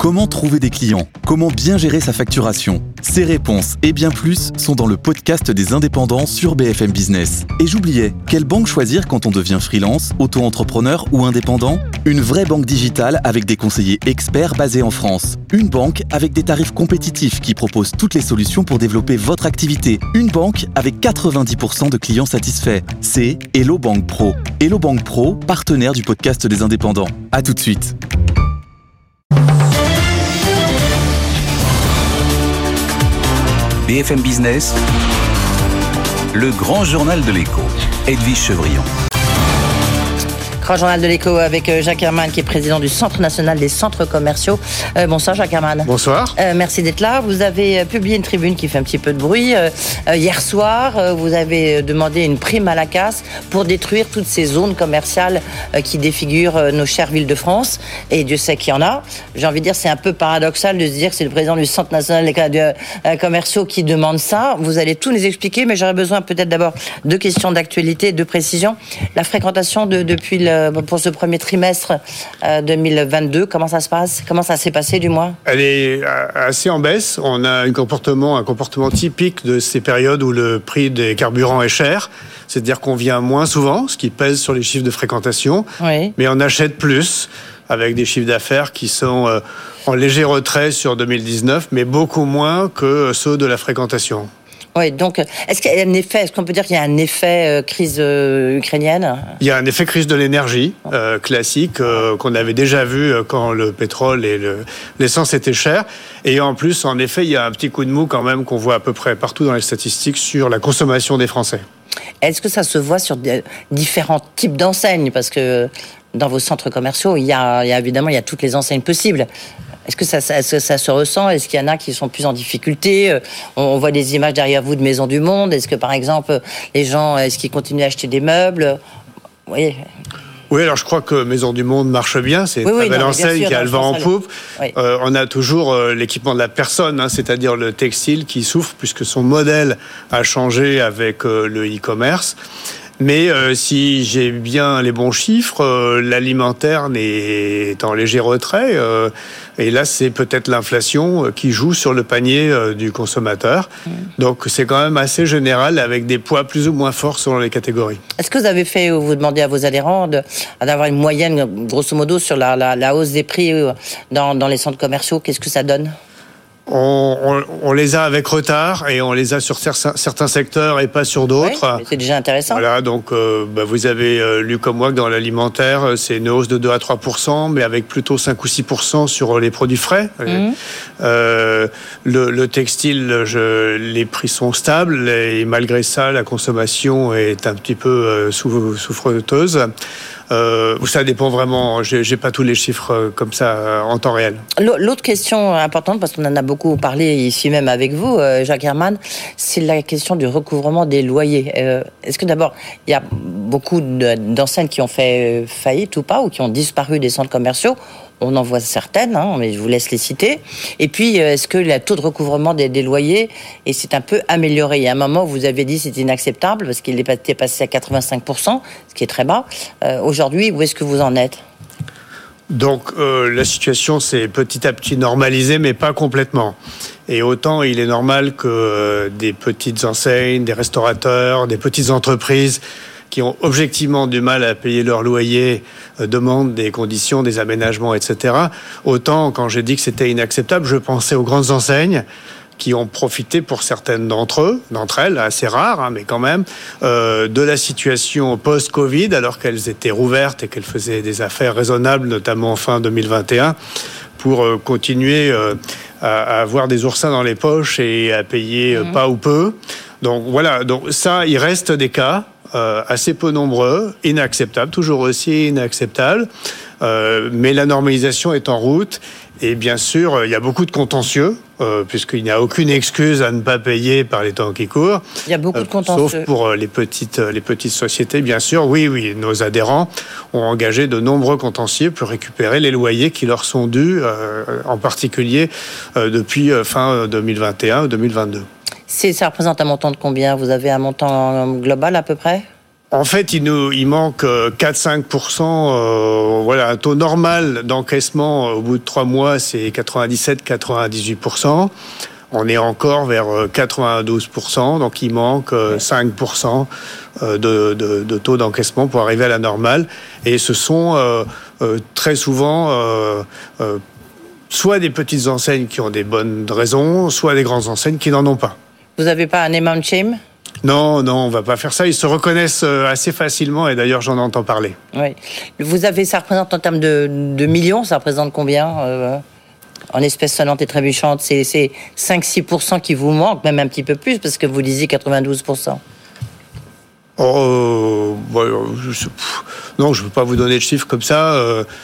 Comment trouver des clients ? Comment bien gérer sa facturation ? Ces réponses et bien plus sont dans le podcast des indépendants sur BFM Business. Et j'oubliais, quelle banque choisir quand on devient freelance, auto-entrepreneur ou indépendant ? Une vraie banque digitale avec des conseillers experts basés en France. Une banque avec des tarifs compétitifs qui propose toutes les solutions pour développer votre activité. Une banque avec 90% de clients satisfaits. C'est Hello Bank Pro. Hello Bank Pro, partenaire du podcast des indépendants. À tout de suite. BFM Business, le grand journal de l'écho, Edwige Chevrillon. Grand journal de l'écho avec Jacques Herman qui est président du Centre national des centres commerciaux. Bonsoir Jacques Herman. Bonsoir. Merci d'être là. Vous avez publié une tribune qui fait un petit peu de bruit. Hier soir, vous avez demandé une prime à la casse pour détruire toutes ces zones commerciales qui défigurent nos chères villes de France. Et Dieu sait qu'il y en a. J'ai envie de dire, c'est un peu paradoxal de se dire que c'est le président du Centre national des commerciaux qui demande ça. Vous allez tout nous expliquer, mais j'aurais besoin peut-être d'abord de questions d'actualité, de précision. La fréquentation depuis pour ce premier trimestre 2022, comment ça se passe ? Comment ça s'est passé du moins ? Elle est assez en baisse. On a un comportement typique de ces périodes où le prix des carburants est cher. C'est-à-dire qu'on vient moins souvent, ce qui pèse sur les chiffres de fréquentation. Oui. Mais on achète plus, avec des chiffres d'affaires qui sont en léger retrait sur 2019, mais beaucoup moins que ceux de la fréquentation. Oui, donc, est-ce qu'on peut dire qu'il y a un effet crise ukrainienne ? Il y a un effet crise de l'énergie classique qu'on avait déjà vu quand le pétrole et l'essence étaient chers. Et en plus, en effet, il y a un petit coup de mou quand même qu'on voit à peu près partout dans les statistiques sur la consommation des Français. Est-ce que ça se voit sur différents types d'enseignes ? Parce que dans vos centres commerciaux, il y a évidemment toutes les enseignes possibles. Est-ce que ça se ressent ? Est-ce qu'il y en a qui sont plus en difficulté ? On voit des images derrière vous de Maisons du Monde. Est-ce que, par exemple, les gens, est-ce qu'ils continuent à acheter des meubles ? Oui. Oui, alors je crois que Maisons du Monde marche bien. C'est une très belle enseigne qui a le vent en poupe. Oui. On a toujours l'équipement de la personne, c'est-à-dire le textile qui souffre puisque son modèle a changé avec le e-commerce. Mais si j'ai bien les bons chiffres, l'alimentaire est en léger retrait. Et là, c'est peut-être l'inflation qui joue sur le panier du consommateur. Donc, c'est quand même assez général avec des poids plus ou moins forts selon les catégories. Est-ce que vous avez fait, ou vous demandez à vos adhérents d'avoir une moyenne, grosso modo, sur la hausse des prix dans les centres commerciaux ? Qu'est-ce que ça donne ? On les a avec retard et on les a sur certains secteurs et pas sur d'autres. Oui, c'est déjà intéressant. Voilà, donc vous avez lu comme moi que dans l'alimentaire, c'est une hausse de 2 à 3%, mais avec plutôt 5 ou 6% sur les produits frais. Le textile, les prix sont stables et malgré ça, la consommation est un petit peu souffreteuse. Ça dépend vraiment, j'ai pas tous les chiffres comme ça en temps réel. L'autre question importante, parce qu'on en a beaucoup parlé ici même avec vous, Jacques Herman, c'est la question du recouvrement des loyers. Est-ce que d'abord, il y a beaucoup d'enseignes qui ont fait faillite ou pas, ou qui ont disparu des centres commerciaux ? On en voit certaines, mais je vous laisse les citer. Et puis, est-ce que le taux de recouvrement des loyers s'est un peu amélioré ? Il y a un moment où vous avez dit que c'était inacceptable parce qu'il était passé à 85%, ce qui est très bas. Aujourd'hui, où est-ce que vous en êtes ? Donc, la situation s'est petit à petit normalisée, mais pas complètement. Et autant il est normal que des petites enseignes, des restaurateurs, des petites entreprises qui ont objectivement du mal à payer leur loyer, demandent des conditions, des aménagements, etc. Autant, quand j'ai dit que c'était inacceptable, je pensais aux grandes enseignes qui ont profité pour certaines d'entre elles, assez rares, mais quand même, de la situation post-Covid, alors qu'elles étaient rouvertes et qu'elles faisaient des affaires raisonnables, notamment fin 2021, pour continuer à avoir des oursins dans les poches et à payer pas ou peu. Donc voilà, donc ça, il reste des cas assez peu nombreux, inacceptables, toujours aussi inacceptables, mais la normalisation est en route. Et bien sûr, il y a beaucoup de contentieux, puisqu'il n'y a aucune excuse à ne pas payer par les temps qui courent. Il y a beaucoup de contentieux. Sauf pour les petites sociétés, bien sûr. Oui, nos adhérents ont engagé de nombreux contentieux pour récupérer les loyers qui leur sont dus, en particulier depuis fin 2021 ou 2022. Ça représente un montant de combien ? Vous avez un montant global à peu près ? En fait, il manque 4-5%. Voilà, un taux normal d'encaissement au bout de 3 mois, c'est 97-98%. On est encore vers 92%, donc il manque 5% de taux d'encaissement pour arriver à la normale. Et ce sont très souvent soit des petites enseignes qui ont des bonnes raisons, soit des grandes enseignes qui n'en ont pas. Vous n'avez pas un name and shame ? Non, on va pas faire ça. Ils se reconnaissent assez facilement et d'ailleurs, j'en entends parler. Oui. Ça représente en termes de millions, ça représente combien en espèces sonnantes et trébuchantes? C'est 5-6% qui vous manquent, même un petit peu plus, parce que vous disiez 92%. Non, je ne peux pas vous donner de chiffres comme ça.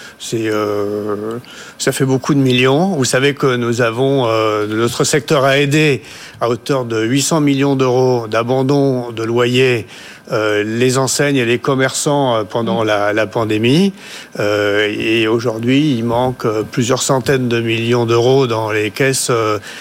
Ça fait beaucoup de millions. Vous savez que nous avons notre secteur a aidé à hauteur de 800 millions d'euros d'abandon de loyers les enseignes et les commerçants pendant la pandémie. Et aujourd'hui, il manque plusieurs centaines de millions d'euros dans les caisses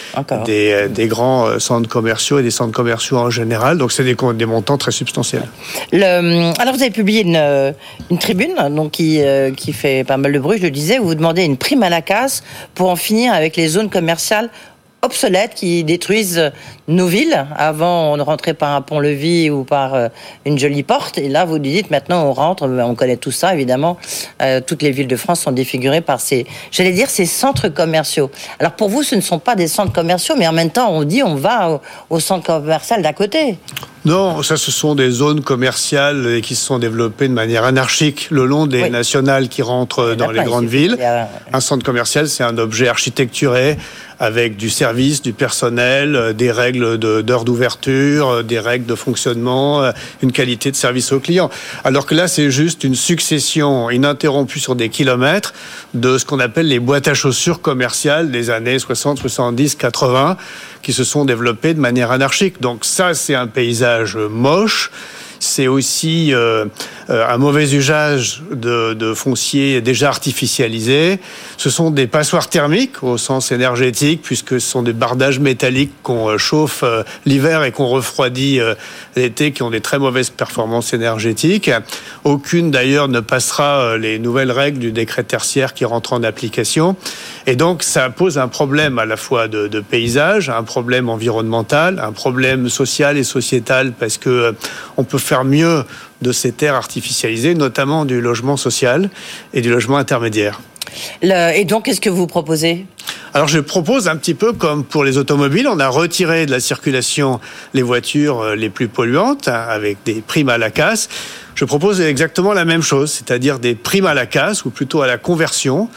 des grands centres commerciaux et des centres commerciaux en général. Donc, c'est des montants très substantiels. Alors, vous avez publié une tribune donc qui fait pas mal de bruit, je le disais, où vous demandez une prime à la casse pour en finir avec les zones commerciales obsolètes qui détruisent nos villes. Avant, on ne rentrait par un pont-levis ou par une jolie porte. Et là, vous dites, maintenant, on rentre. On connaît tout ça, évidemment. Toutes les villes de France sont défigurées par ces centres commerciaux. Alors, pour vous, ce ne sont pas des centres commerciaux, mais en même temps, on dit, on va au centre commercial d'à côté. Non, ça, ce sont des zones commerciales qui se sont développées de manière anarchique le long des nationales qui rentrent dans les grandes villes. Un centre commercial, c'est un objet architecturé avec du service, du personnel, des règles d'heures d'ouverture, des règles de fonctionnement, une qualité de service aux clients. Alors que là, c'est juste une succession ininterrompue sur des kilomètres de ce qu'on appelle les boîtes à chaussures commerciales des années 60, 70, 80 qui se sont développées de manière anarchique. Donc ça, c'est un paysage moche. C'est aussi un mauvais usage de foncier déjà artificialisé. Ce sont des passoires thermiques au sens énergétique, puisque ce sont des bardages métalliques qu'on chauffe l'hiver et qu'on refroidit l'été, qui ont des très mauvaises performances énergétiques. Aucune d'ailleurs ne passera les nouvelles règles du décret tertiaire qui rentre en application. Et donc ça pose un problème à la fois de paysage, un problème environnemental, un problème social et sociétal, parce que on peut faire mieux de ces terres artificialisées, notamment du logement social et du logement intermédiaire. Et donc, qu'est-ce que vous proposez ? Alors, je propose un petit peu comme pour les automobiles, on a retiré de la circulation les voitures les plus polluantes avec des primes à la casse. Je propose exactement la même chose, c'est-à-dire des primes à la casse ou plutôt à la conversion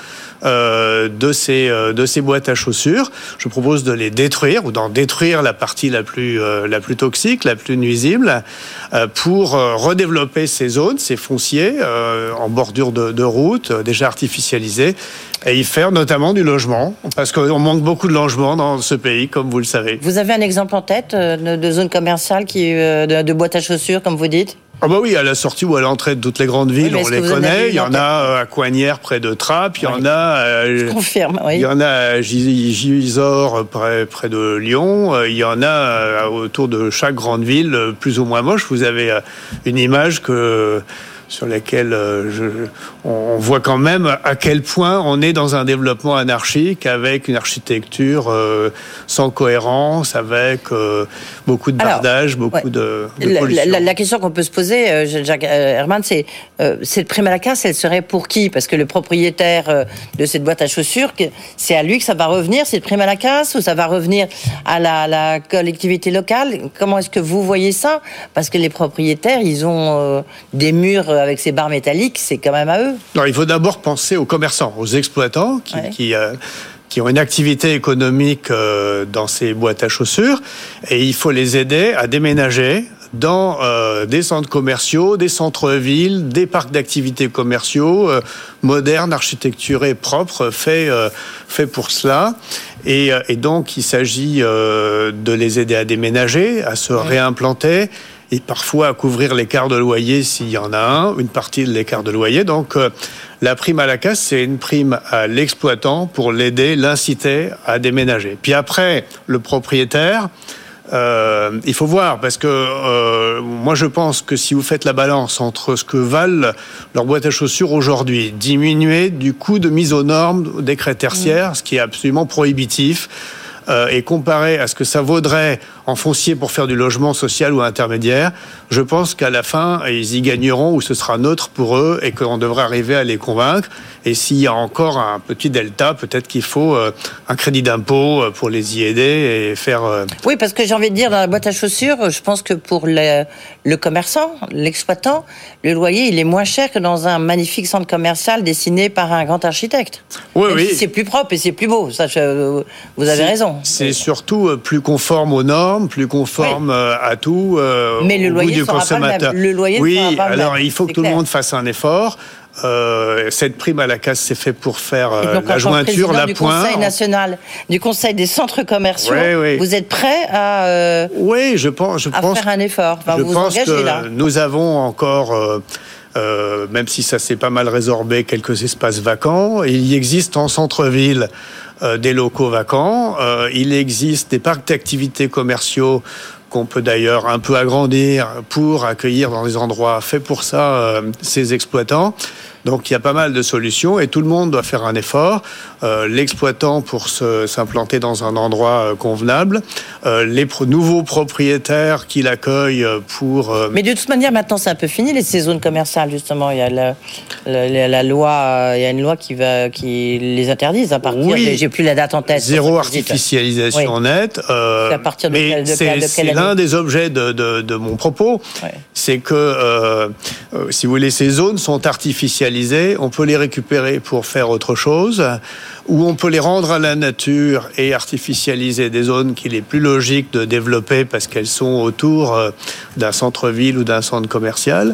de ces boîtes à chaussures. Je propose de les détruire ou d'en détruire la partie la plus toxique, la plus nuisible, pour redévelopper ces zones, ces fonciers en bordure de routes déjà artificialisés, et y faire notamment du logement, parce qu'on manque beaucoup de logements dans ce pays, comme vous le savez. Vous avez un exemple en tête de zone commerciale de boîtes à chaussures, comme vous dites ? Ah bah oui, à la sortie ou à l'entrée de toutes les grandes villes, on les connaît. Il y en a à Coignières, près de Trappes. Il y en a. Je confirme. Oui. Il y en a à Gisors, près de Lyon. Il y en a autour de chaque grande ville, plus ou moins moche. Vous avez une image sur laquelle on voit quand même à quel point on est dans un développement anarchique avec une architecture sans cohérence, avec beaucoup de bardage, beaucoup de pollution. La question qu'on peut se poser, Jacques Herman, c'est cette prime à la casse, elle serait pour qui ? Parce que le propriétaire de cette boîte à chaussures, c'est à lui que ça va revenir, cette prime à la casse, ou ça va revenir à la collectivité locale ? Comment est-ce que vous voyez ça ? Parce que les propriétaires, ils ont des murs avec ces barres métalliques, c'est quand même à eux. Non, il faut d'abord penser aux commerçants, aux exploitants qui ont une activité économique dans ces boîtes à chaussures, et il faut les aider à déménager dans des centres commerciaux, des centres-villes, des parcs d'activités commerciaux modernes, architecturés, propres, faits pour cela. Et donc, il s'agit de les aider à déménager, à se réimplanter, et parfois à couvrir l'écart de loyer s'il y en a une partie de l'écart de loyer. Donc, la prime à la casse, c'est une prime à l'exploitant pour l'aider, l'inciter à déménager. Puis après, le propriétaire Il faut voir, parce que moi je pense que si vous faites la balance entre ce que valent leurs boîtes à chaussures aujourd'hui, diminuer du coût de mise aux normes des crêtes tertiaires, ce qui est absolument prohibitif, et comparé à ce que ça vaudrait en foncier pour faire du logement social ou intermédiaire, je pense qu'à la fin, ils y gagneront ou ce sera neutre pour eux et qu'on devrait arriver à les convaincre. Et s'il y a encore un petit delta, peut-être qu'il faut un crédit d'impôt pour les y aider et faire... Oui, parce que j'ai envie de dire, dans la boîte à chaussures, je pense que pour le commerçant, l'exploitant, le loyer, il est moins cher que dans un magnifique centre commercial dessiné par un grand architecte. Oui. Si c'est plus propre et c'est plus beau. Ça, vous avez raison. C'est surtout plus conforme aux normes, plus conforme à tout, mais le au loyer goût du consommateur. Le loyer oui, sera pas alors même. Il faut que tout le monde fasse un effort. Cette prime à la casse, c'est fait pour faire donc, la jointure, la du pointe. Conseil national, du Conseil des centres commerciaux, oui. Vous êtes prêt à je pense faire un effort. Enfin, je vous pense engagez, que là. nous avons encore, même si ça s'est pas mal résorbé, quelques espaces vacants. Il y existe en centre-ville des locaux vacants. Il existe des parcs d'activités commerciaux qu'on peut d'ailleurs un peu agrandir pour accueillir dans des endroits faits pour ça ces exploitants. Donc il y a pas mal de solutions et tout le monde doit faire un effort. L'exploitant pour s'implanter dans un endroit convenable, les nouveaux propriétaires qui l'accueillent pour... Mais de toute manière, maintenant c'est un peu fini ces zones commerciales justement. Il y a la loi, il y a une loi qui les interdise à partir. Oui, j'ai plus la date en tête. Zéro artificialisation nette. À partir de mais c'est l'un des objets de mon propos. Ouais. C'est que si vous voulez, ces zones sont artificialisées. On peut les récupérer pour faire autre chose, ou on peut les rendre à la nature et artificialiser des zones qu'il est plus logique de développer parce qu'elles sont autour d'un centre-ville ou d'un centre commercial.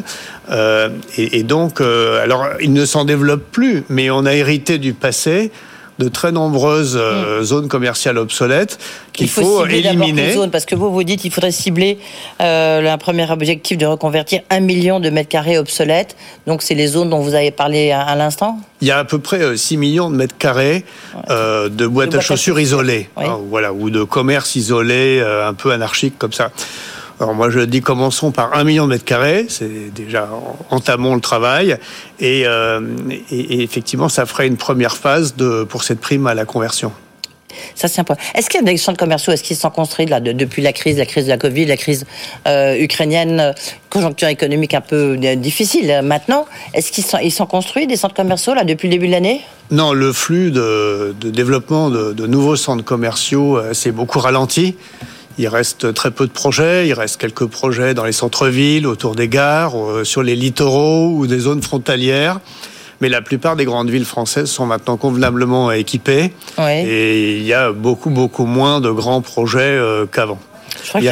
Et donc, alors, ils ne s'en développent plus, mais on a hérité du passé de très nombreuses zones commerciales obsolètes qu'il faut éliminer. Zones, parce que vous dites qu'il faudrait cibler un premier objectif de reconvertir 1 million de mètres carrés obsolètes. Donc c'est les zones dont vous avez parlé à l'instant. Il y a à peu près 6 millions de mètres carrés de boîtes à chaussures isolées, ou de commerces isolés, un peu anarchiques comme ça. Alors moi je dis commençons par 1 million de mètres carrés, c'est déjà entamons le travail et effectivement ça ferait une première phase pour cette prime à la conversion. Ça c'est important. Est-ce qu'il y a des centres commerciaux, est-ce qu'ils sont construits là depuis la crise de la Covid, la crise ukrainienne, conjoncture économique un peu difficile maintenant, est-ce qu'ils sont construits des centres commerciaux là depuis le début de l'année ? Non, le flux de développement de nouveaux centres commerciaux s'est beaucoup ralenti. Il reste très peu de projets, il reste quelques projets dans les centres-villes, autour des gares, sur les littoraux ou des zones frontalières. Mais la plupart des grandes villes françaises sont maintenant convenablement équipées. Et il y a beaucoup moins de grands projets qu'avant. Je crois que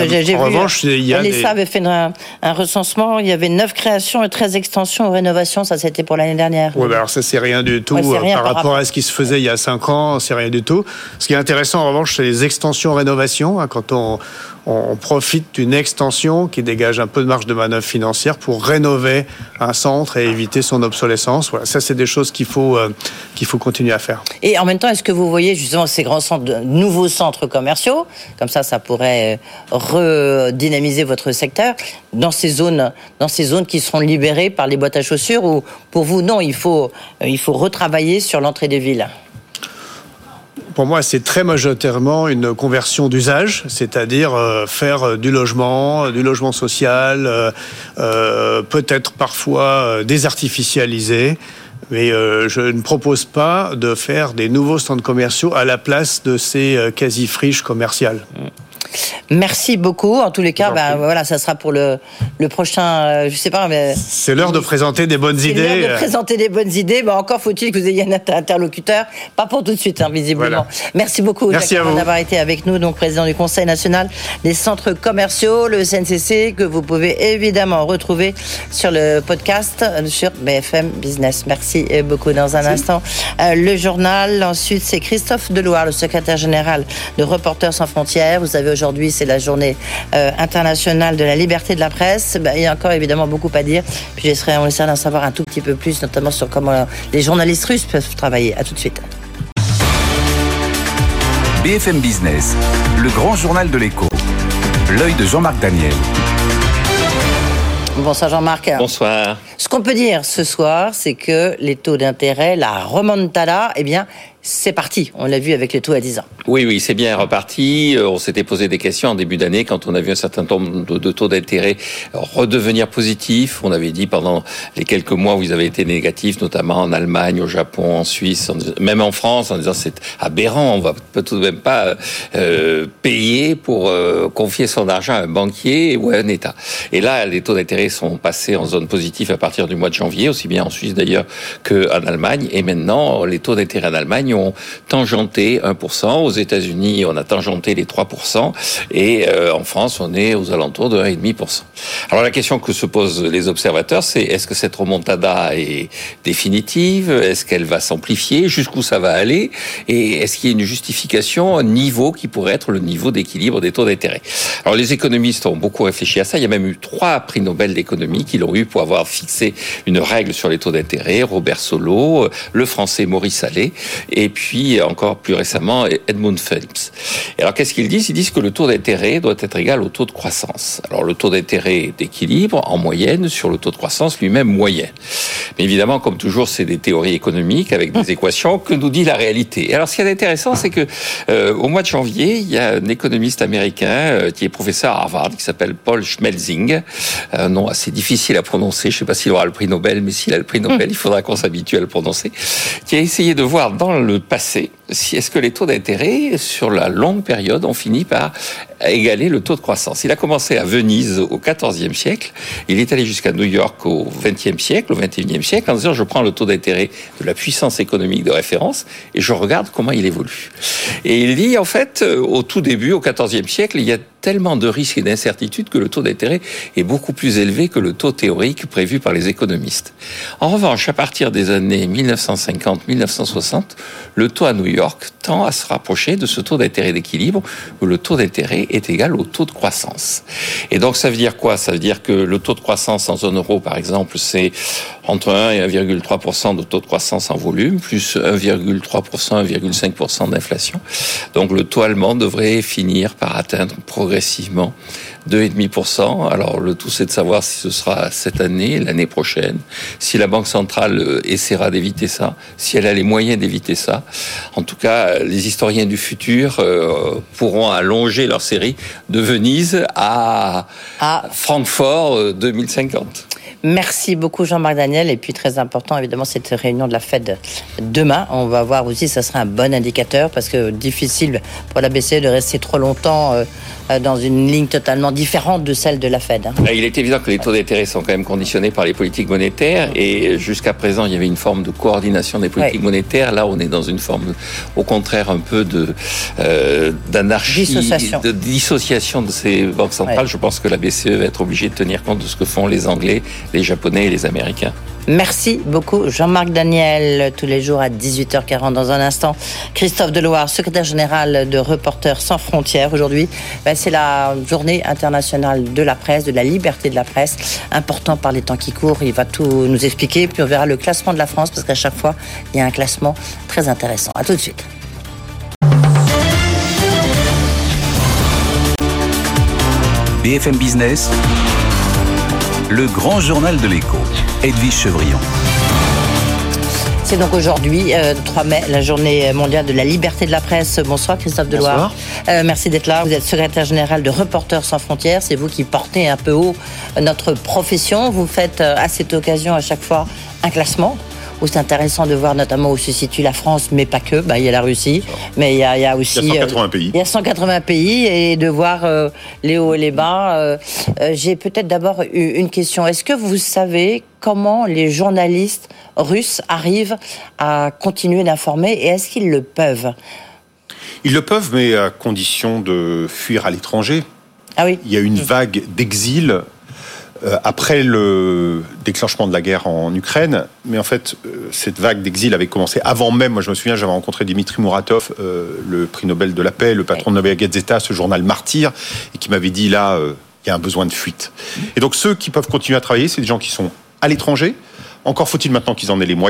l'ESA avait fait un recensement, il y avait 9 créations et 13 extensions ou rénovations, ça c'était pour l'année dernière. Oui, alors ça c'est rien du tout par rapport à ce qui se faisait il y a 5 ans, c'est rien du tout. Ce qui est intéressant en revanche, c'est les extensions-rénovations, quand on profite d'une extension qui dégage un peu de marge de manœuvre financière pour rénover un centre et éviter son obsolescence. Voilà, ça c'est des choses qu'il faut continuer à faire. Et en même temps, est-ce que vous voyez justement ces grands centres, nouveaux centres commerciaux, comme ça pourrait redynamiser votre secteur dans ces zones qui seront libérées par les boîtes à chaussures, ou pour vous non, il faut retravailler sur l'entrée des villes? Pour moi, c'est très majoritairement une conversion d'usage, c'est-à-dire faire du logement social, peut-être parfois désartificialisé. Mais je ne propose pas de faire des nouveaux centres commerciaux à la place de ces quasi-friches commerciales. Merci beaucoup. En tous les cas, ça sera pour le prochain, je sais pas, mais... C'est l'heure de présenter des bonnes idées. C'est l'heure de présenter des bonnes idées. Encore faut-il que vous ayez un interlocuteur. Pas pour tout de suite, visiblement. Voilà. Merci beaucoup, Jacques, d'avoir été avec nous, donc président du Conseil national des centres commerciaux, le CNCC, que vous pouvez évidemment retrouver sur le podcast sur BFM Business. Merci beaucoup. Dans un instant, le journal. Ensuite, c'est Christophe Deloire, le secrétaire général de Reporters sans frontières. Vous savez, aujourd'hui, c'est la journée internationale de la liberté de la presse. Il y a encore évidemment beaucoup à dire. Puis on essaie d'en savoir un tout petit peu plus, notamment sur comment les journalistes russes peuvent travailler. À tout de suite. BFM Business, le grand journal de l'écho. L'œil de Jean-Marc Daniel. Bonsoir Jean-Marc. Bonsoir. Ce qu'on peut dire ce soir, c'est que les taux d'intérêt, la remontada, c'est parti. On l'a vu avec les taux à 10 ans. Oui, c'est bien reparti. On s'était posé des questions en début d'année quand on a vu un certain nombre de taux d'intérêt redevenir positifs. On avait dit pendant les quelques mois où ils avaient été négatifs, notamment en Allemagne, au Japon, en Suisse, même en France, en disant c'est aberrant, on va tout de même pas payer pour confier son argent à un banquier ou à un État. Et là, les taux d'intérêt sont passés en zone positive à partir du mois de janvier, aussi bien en Suisse d'ailleurs qu'en Allemagne. Et maintenant, les taux d'intérêt en Allemagne ont tangenté 1%. Aux États-Unis, on a tangenté les 3%. Et en France, on est aux alentours de 1,5%. Alors la question que se posent les observateurs, c'est est-ce que cette remontada est définitive? Est-ce qu'elle va s'amplifier? Jusqu'où ça va aller? Et est-ce qu'il y a une justification, un niveau qui pourrait être le niveau d'équilibre des taux d'intérêt? Alors les économistes ont beaucoup réfléchi à ça. Il y a même eu 3 prix Nobel d'économie qui l'ont eu pour avoir fixé une règle sur les taux d'intérêt. Robert Solow, le français Maurice Allais, et puis encore plus récemment Edmund Phelps. Et alors qu'est-ce qu'ils disent? Ils disent que le taux d'intérêt doit être égal au taux de croissance. Alors le taux d'intérêt d'équilibre en moyenne sur le taux de croissance lui-même moyen. Mais évidemment, comme toujours, c'est des théories économiques avec des équations. Que nous dit la réalité? Et alors ce qui est intéressant, c'est que au mois de janvier, il y a un économiste américain qui est professeur à Harvard, qui s'appelle Paul Schmelzing, un nom assez difficile à prononcer. Je ne sais pas s'il aura le prix Nobel, mais s'il a le prix Nobel, il faudra qu'on s'habitue à le prononcer. Qui a essayé de voir dans le passé si est-ce que les taux d'intérêt sur la longue période ont fini par égaler le taux de croissance. Il a commencé à Venise au XIVe siècle, il est allé jusqu'à New York au XXe siècle, au XXIe siècle, en disant je prends le taux d'intérêt de la puissance économique de référence et je regarde comment il évolue. Et il dit en fait, au tout début, au XIVe siècle, il y a tellement de risques et d'incertitudes que le taux d'intérêt est beaucoup plus élevé que le taux théorique prévu par les économistes. En revanche, à partir des années 1950-1960, le taux à New York tend à se rapprocher de ce taux d'intérêt d'équilibre où le taux d'intérêt est égal au taux de croissance. Et donc ça veut dire quoi? Ça veut dire que le taux de croissance en zone euro, par exemple, c'est entre 1 et 1,3% de taux de croissance en volume, plus 1,3%, 1,5% d'inflation. Donc le taux allemand devrait finir par atteindre progressivement 2,5%. Alors le tout, c'est de savoir si ce sera cette année, l'année prochaine, si la Banque centrale essaiera d'éviter ça, si elle a les moyens d'éviter ça. En tout cas, les historiens du futur pourront allonger leur série de Venise à Francfort 2050. Merci beaucoup Jean-Marc Daniel. Et puis très important, évidemment, cette réunion de la Fed demain. On va voir aussi, ça sera un bon indicateur parce que difficile pour la BCE de rester trop longtemps dans une ligne totalement différente de celle de la Fed. Il est évident que les taux d'intérêt sont quand même conditionnés par les politiques monétaires et jusqu'à présent, il y avait une forme de coordination des politiques monétaires. Là, on est dans une forme, au contraire, un peu d'anarchie, de dissociation de ces banques centrales. Je pense que la BCE va être obligée de tenir compte de ce que font les Anglais, les Japonais et les Américains. Merci beaucoup Jean-Marc Daniel, tous les jours à 18h40. Dans un instant, Christophe Deloire, secrétaire général de Reporters sans frontières. Aujourd'hui, c'est la journée internationale de la presse, de la liberté de la presse. Important par les temps qui courent, il va tout nous expliquer. Puis on verra le classement de la France, parce qu'à chaque fois, il y a un classement très intéressant. À tout de suite. BFM Business, le grand journal de l'écho. Edwige Chevrillon. C'est donc aujourd'hui, 3 mai, la journée mondiale de la liberté de la presse. Bonsoir Christophe Deloire. Bonsoir. Merci d'être là. Vous êtes secrétaire général de Reporters sans frontières. C'est vous qui portez un peu haut notre profession. Vous faites à cette occasion à chaque fois un classement où c'est intéressant de voir notamment où se situe la France, mais pas que. Il y a la Russie, mais il y a aussi... Il y a 180 pays. Il y a 180 pays et de voir les hauts et les bas. J'ai peut-être d'abord une question. Est-ce que vous savez comment les journalistes russes arrivent à continuer d'informer et est-ce qu'ils le peuvent? Ils le peuvent, mais à condition de fuir à l'étranger. Ah oui. Il y a une vague d'exil après le déclenchement de la guerre en Ukraine, mais en fait, cette vague d'exil avait commencé avant même. Moi, je me souviens, j'avais rencontré Dimitri Muratov, le prix Nobel de la paix, le patron de Novaya Gazeta, ce journal martyr, et qui m'avait dit là, il y a un besoin de fuite. Et donc, ceux qui peuvent continuer à travailler, c'est des gens qui sont à l'étranger. Encore faut-il maintenant qu'ils en aient les moyens.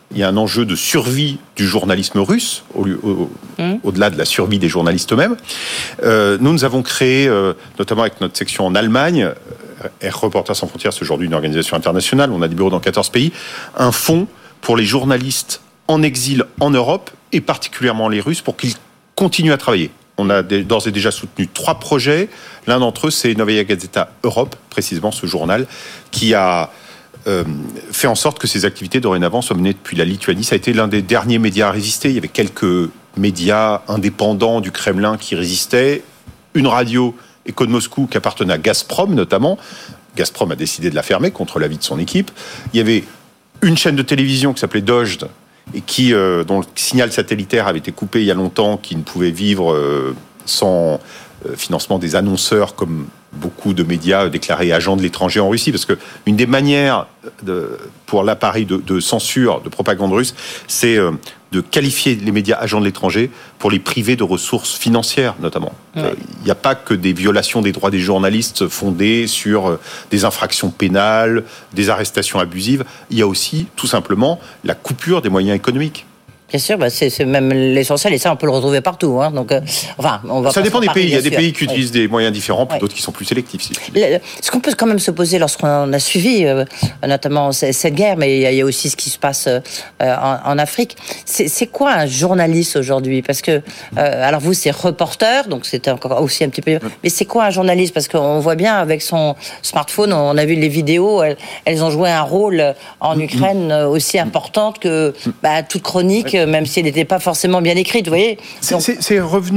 il y a un enjeu de survie du journalisme russe, au-delà de la survie des journalistes eux-mêmes. Nous avons créé, notamment avec notre section en Allemagne, Reporters sans frontières, c'est aujourd'hui une organisation internationale, on a des bureaux dans 14 pays, un fonds pour les journalistes en exil en Europe, et particulièrement les Russes, pour qu'ils continuent à travailler. On a d'ores et déjà soutenu 3 projets. L'un d'entre eux, c'est Novaya Gazeta Europe, précisément ce journal, qui a fait en sorte que ces activités dorénavant soient menées depuis la Lituanie. Ça a été l'un des derniers médias à résister. Il y avait quelques médias indépendants du Kremlin qui résistaient. Une radio, Echo de Moscou, qui appartenait à Gazprom notamment. Gazprom a décidé de la fermer contre l'avis de son équipe. Il y avait une chaîne de télévision qui s'appelait Dojd, et dont le signal satellitaire avait été coupé il y a longtemps, qui ne pouvait vivre sans financement des annonceurs, comme beaucoup de médias déclarés agents de l'étranger en Russie, parce que une des manières pour l'appareil de censure, de propagande russe, c'est de qualifier les médias agents de l'étranger pour les priver de ressources financières, notamment. Il n'y a pas que des violations des droits des journalistes fondées sur des infractions pénales, des arrestations abusives. Il y a aussi, tout simplement, la coupure des moyens économiques. Bien sûr, c'est même l'essentiel, et ça, on peut le retrouver partout. Donc, on va. Ça dépend des pays. Il y a des pays qui utilisent des moyens différents, puis d'autres qui sont plus sélectifs. Ce qu'on peut quand même se poser lorsqu'on a suivi, notamment cette guerre, mais il y a aussi ce qui se passe en Afrique. C'est quoi un journaliste aujourd'hui ? Parce que, alors vous, c'est reporter, donc c'était encore aussi un petit peu. Mais c'est quoi un journaliste ? Parce qu'on voit bien avec son smartphone, on a vu les vidéos, elles ont joué un rôle en Ukraine aussi importante que toute chronique. Même si elle n'était pas forcément bien écrite, vous voyez. C'est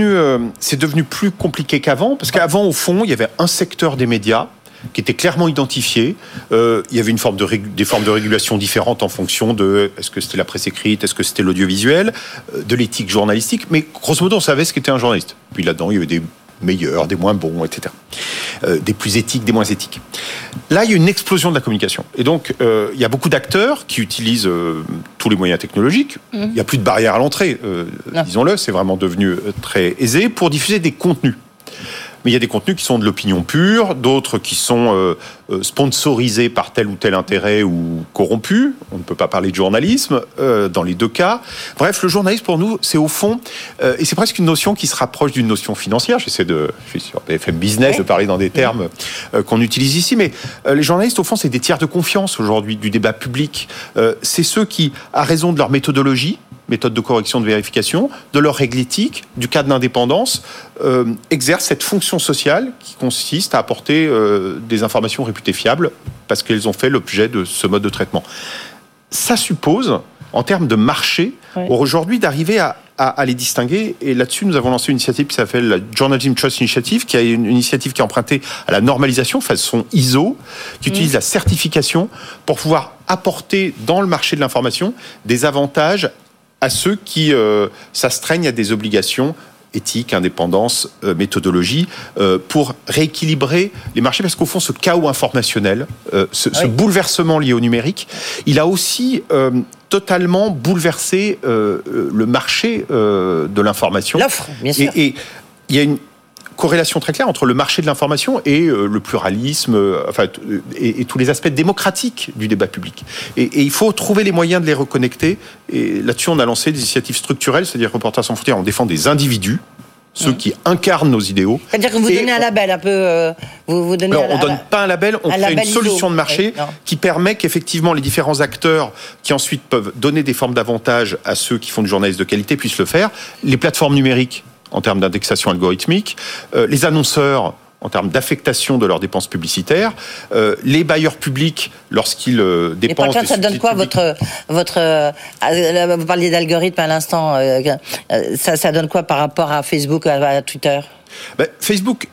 devenu plus compliqué qu'avant, parce qu'avant, au fond, il y avait un secteur des médias qui était clairement identifié. Il y avait des formes de régulation différentes en fonction de est-ce que c'était la presse écrite, est-ce que c'était l'audiovisuel, de l'éthique journalistique, mais grosso modo, on savait ce qu'était un journaliste. Puis là-dedans, il y avait des meilleurs, des moins bons, etc. Des plus éthiques, des moins éthiques. Là, il y a une explosion de la communication. Et donc, il y a beaucoup d'acteurs qui utilisent tous les moyens technologiques. Il n'y a plus de barrière à l'entrée, disons-le. C'est vraiment devenu très aisé pour diffuser des contenus. Mais il y a des contenus qui sont de l'opinion pure, d'autres qui sont sponsorisés par tel ou tel intérêt ou corrompus. On ne peut pas parler de journalisme dans les deux cas. Bref, le journalisme pour nous, c'est au fond, et c'est presque une notion qui se rapproche d'une notion financière. Je suis sur BFM Business, de parler dans des termes qu'on utilise ici, mais les journalistes, au fond, c'est des tiers de confiance aujourd'hui du débat public. C'est ceux qui, à raison de leur méthodologie, méthode de correction, de vérification, de leur règle éthique, du cadre d'indépendance, exercent cette fonction sociale qui consiste à apporter des informations réputées fiables parce qu'elles ont fait l'objet de ce mode de traitement. Ça suppose, en termes de marché, aujourd'hui d'arriver à les distinguer. Et là-dessus, nous avons lancé une initiative qui s'appelle la Journalism Trust Initiative, qui est une initiative qui est empruntée à la normalisation façon ISO, qui utilise la certification pour pouvoir apporter dans le marché de l'information des avantages à ceux qui s'astreignent à des obligations éthique, indépendance, méthodologie, pour rééquilibrer les marchés, parce qu'au fond, ce chaos informationnel, ce bouleversement lié au numérique, il a aussi totalement bouleversé le marché de l'information. L'offre, bien sûr. Et il y a une corrélation très claire entre le marché de l'information et le pluralisme, et tous les aspects démocratiques du débat public. Et il faut trouver les moyens de les reconnecter. Et là-dessus, on a lancé des initiatives structurelles, c'est-à-dire Reporters sans frontières, on défend des individus, ceux qui incarnent nos idéaux. C'est-à-dire que vous donnez un label un peu... vous donnez on ne donne pas un label, on crée une solution de marché qui permet qu'effectivement les différents acteurs qui ensuite peuvent donner des formes d'avantages à ceux qui font du journalisme de qualité puissent le faire. Les plateformes numériques, en termes d'indexation algorithmique, les annonceurs en termes d'affectation de leurs dépenses publicitaires, les bailleurs publics lorsqu'ils dépensent... Et ça donne quoi votre vous parliez d'algorithme à l'instant, ça donne quoi par rapport à Facebook, à Twitter ? Facebook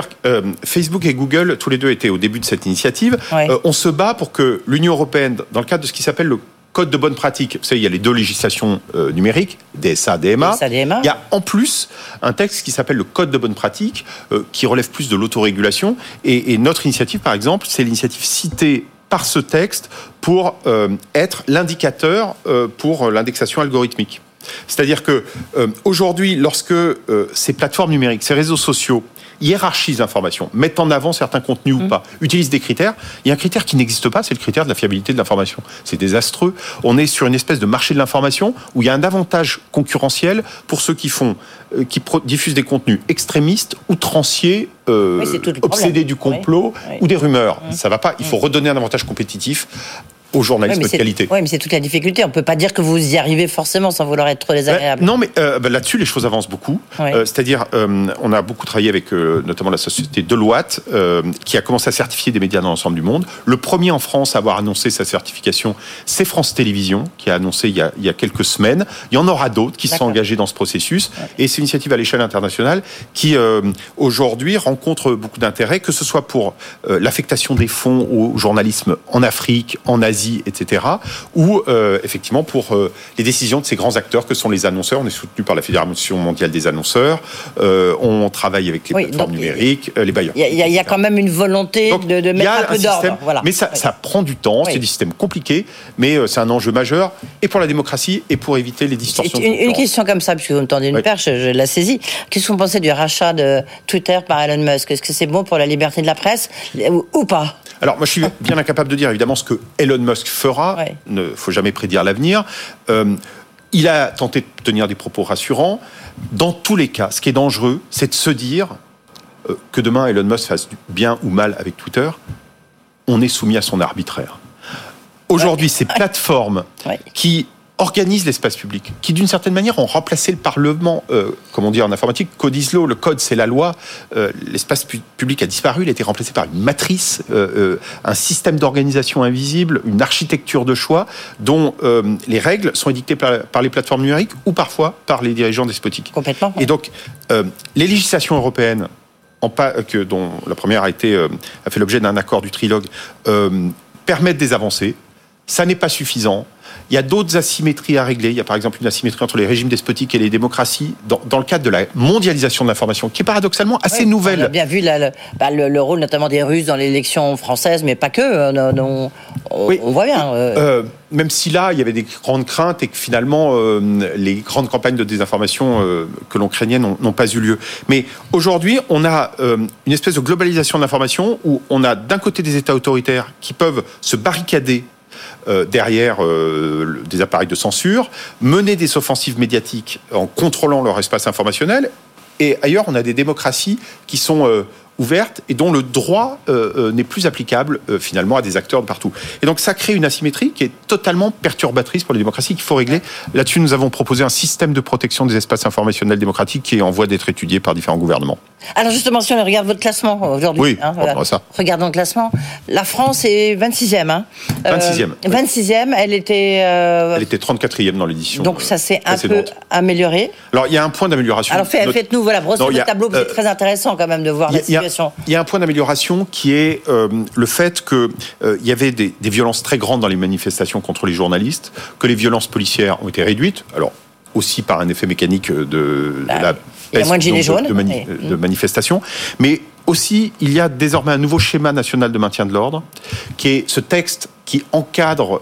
et Google, tous les deux étaient au début de cette initiative. On se bat pour que l'Union européenne, dans le cadre de ce qui s'appelle le Code de bonne pratique, vous savez, il y a les deux législations numériques, DSA, DMA. Il y a en plus un texte qui s'appelle le Code de bonne pratique, qui relève plus de l'autorégulation. Et notre initiative, par exemple, c'est l'initiative citée par ce texte pour être l'indicateur pour l'indexation algorithmique. C'est-à-dire que aujourd'hui, lorsque ces plateformes numériques, ces réseaux sociaux hiérarchisent l'information, mettent en avant certains contenus ou pas, utilisent des critères. Il y a un critère qui n'existe pas, c'est le critère de la fiabilité de l'information. C'est désastreux. On est sur une espèce de marché de l'information où il y a un avantage concurrentiel pour ceux qui diffusent des contenus extrémistes, outranciers, obsédés du complot ou des rumeurs. Ça va pas. Il faut redonner un avantage compétitif au journalisme de qualité. Oui, mais c'est toute la difficulté. On ne peut pas dire que vous y arrivez forcément sans vouloir être trop désagréable. Non, mais là-dessus, les choses avancent beaucoup. C'est-à-dire, on a beaucoup travaillé avec notamment la société Deloitte, qui a commencé à certifier des médias dans l'ensemble du monde. Le premier en France à avoir annoncé sa certification, c'est France Télévisions, qui a annoncé il y a quelques semaines. Il y en aura d'autres qui sont engagés dans ce processus. Et c'est une initiative à l'échelle internationale qui, aujourd'hui, rencontre beaucoup d'intérêt, que ce soit pour l'affectation des fonds au journalisme en Afrique, en Asie, etc. Ou effectivement pour les décisions de ces grands acteurs que sont les annonceurs. On est soutenu par la Fédération mondiale des annonceurs. On travaille avec les plateformes numériques, les bailleurs. Il y a quand même une volonté de mettre un peu d'ordre. Voilà. Mais ça prend du temps. C'est des systèmes compliqués, mais c'est un enjeu majeur et pour la démocratie et pour éviter les distorsions. Une question comme ça, puisque vous me tendez une perche, je la saisis. Qu'est-ce que vous pensez du rachat de Twitter par Elon Musk ? Est-ce que c'est bon pour la liberté de la presse ou pas ? Alors, moi, je suis bien incapable de dire, évidemment, ce que Elon Musk fera. Il ne faut jamais prédire l'avenir. Il a tenté de tenir des propos rassurants. Dans tous les cas, ce qui est dangereux, c'est de se dire que demain, Elon Musk fasse du bien ou mal avec Twitter. On est soumis à son arbitraire. Aujourd'hui, ces plateformes qui organisent l'espace public, qui d'une certaine manière ont remplacé le Parlement, comme on dit en informatique, code is law, le code c'est la loi, l'espace public a disparu, il a été remplacé par une matrice, un système d'organisation invisible, une architecture de choix dont les règles sont édictées par les plateformes numériques ou parfois par les dirigeants despotiques. Complètement. Et donc, les législations européennes, dont la première a fait l'objet d'un accord du trilogue, permettent des avancées. Ça n'est pas suffisant. Il y a d'autres asymétries à régler. Il y a par exemple une asymétrie entre les régimes despotiques et les démocraties dans le cadre de la mondialisation de l'information, qui est paradoxalement assez nouvelle. On a bien vu le rôle notamment des Russes dans l'élection française, mais pas que. On voit bien. Même si là, il y avait des grandes craintes et que finalement, les grandes campagnes de désinformation que l'on craignait n'ont pas eu lieu. Mais aujourd'hui, on a une espèce de globalisation de l'information où on a d'un côté des États autoritaires qui peuvent se barricader derrière des appareils de censure, mener des offensives médiatiques en contrôlant leur espace informationnel. Et ailleurs, on a des démocraties qui sont ouvertes et dont le droit n'est plus applicable finalement à des acteurs de partout. Et donc ça crée une asymétrie qui est totalement perturbatrice pour les démocraties qu'il faut régler. Là-dessus, nous avons proposé un système de protection des espaces informationnels démocratiques qui est en voie d'être étudié par différents gouvernements. Alors justement, si on regarde votre classement aujourd'hui, regardons le classement. La France est 26e. 26e. 26e, elle était 34e dans l'édition. Donc ça s'est un peu amélioré. Alors il y a un point d'amélioration. Alors faites-nous, brossez le tableau, c'est très intéressant quand même de voir la situation. Il y a un point d'amélioration qui est le fait qu'il y avait des violences très grandes dans les manifestations contre les journalistes, que les violences policières ont été réduites, alors aussi par un effet mécanique de la baisse de manifestations, mais aussi il y a désormais un nouveau schéma national de maintien de l'ordre, qui est ce texte qui encadre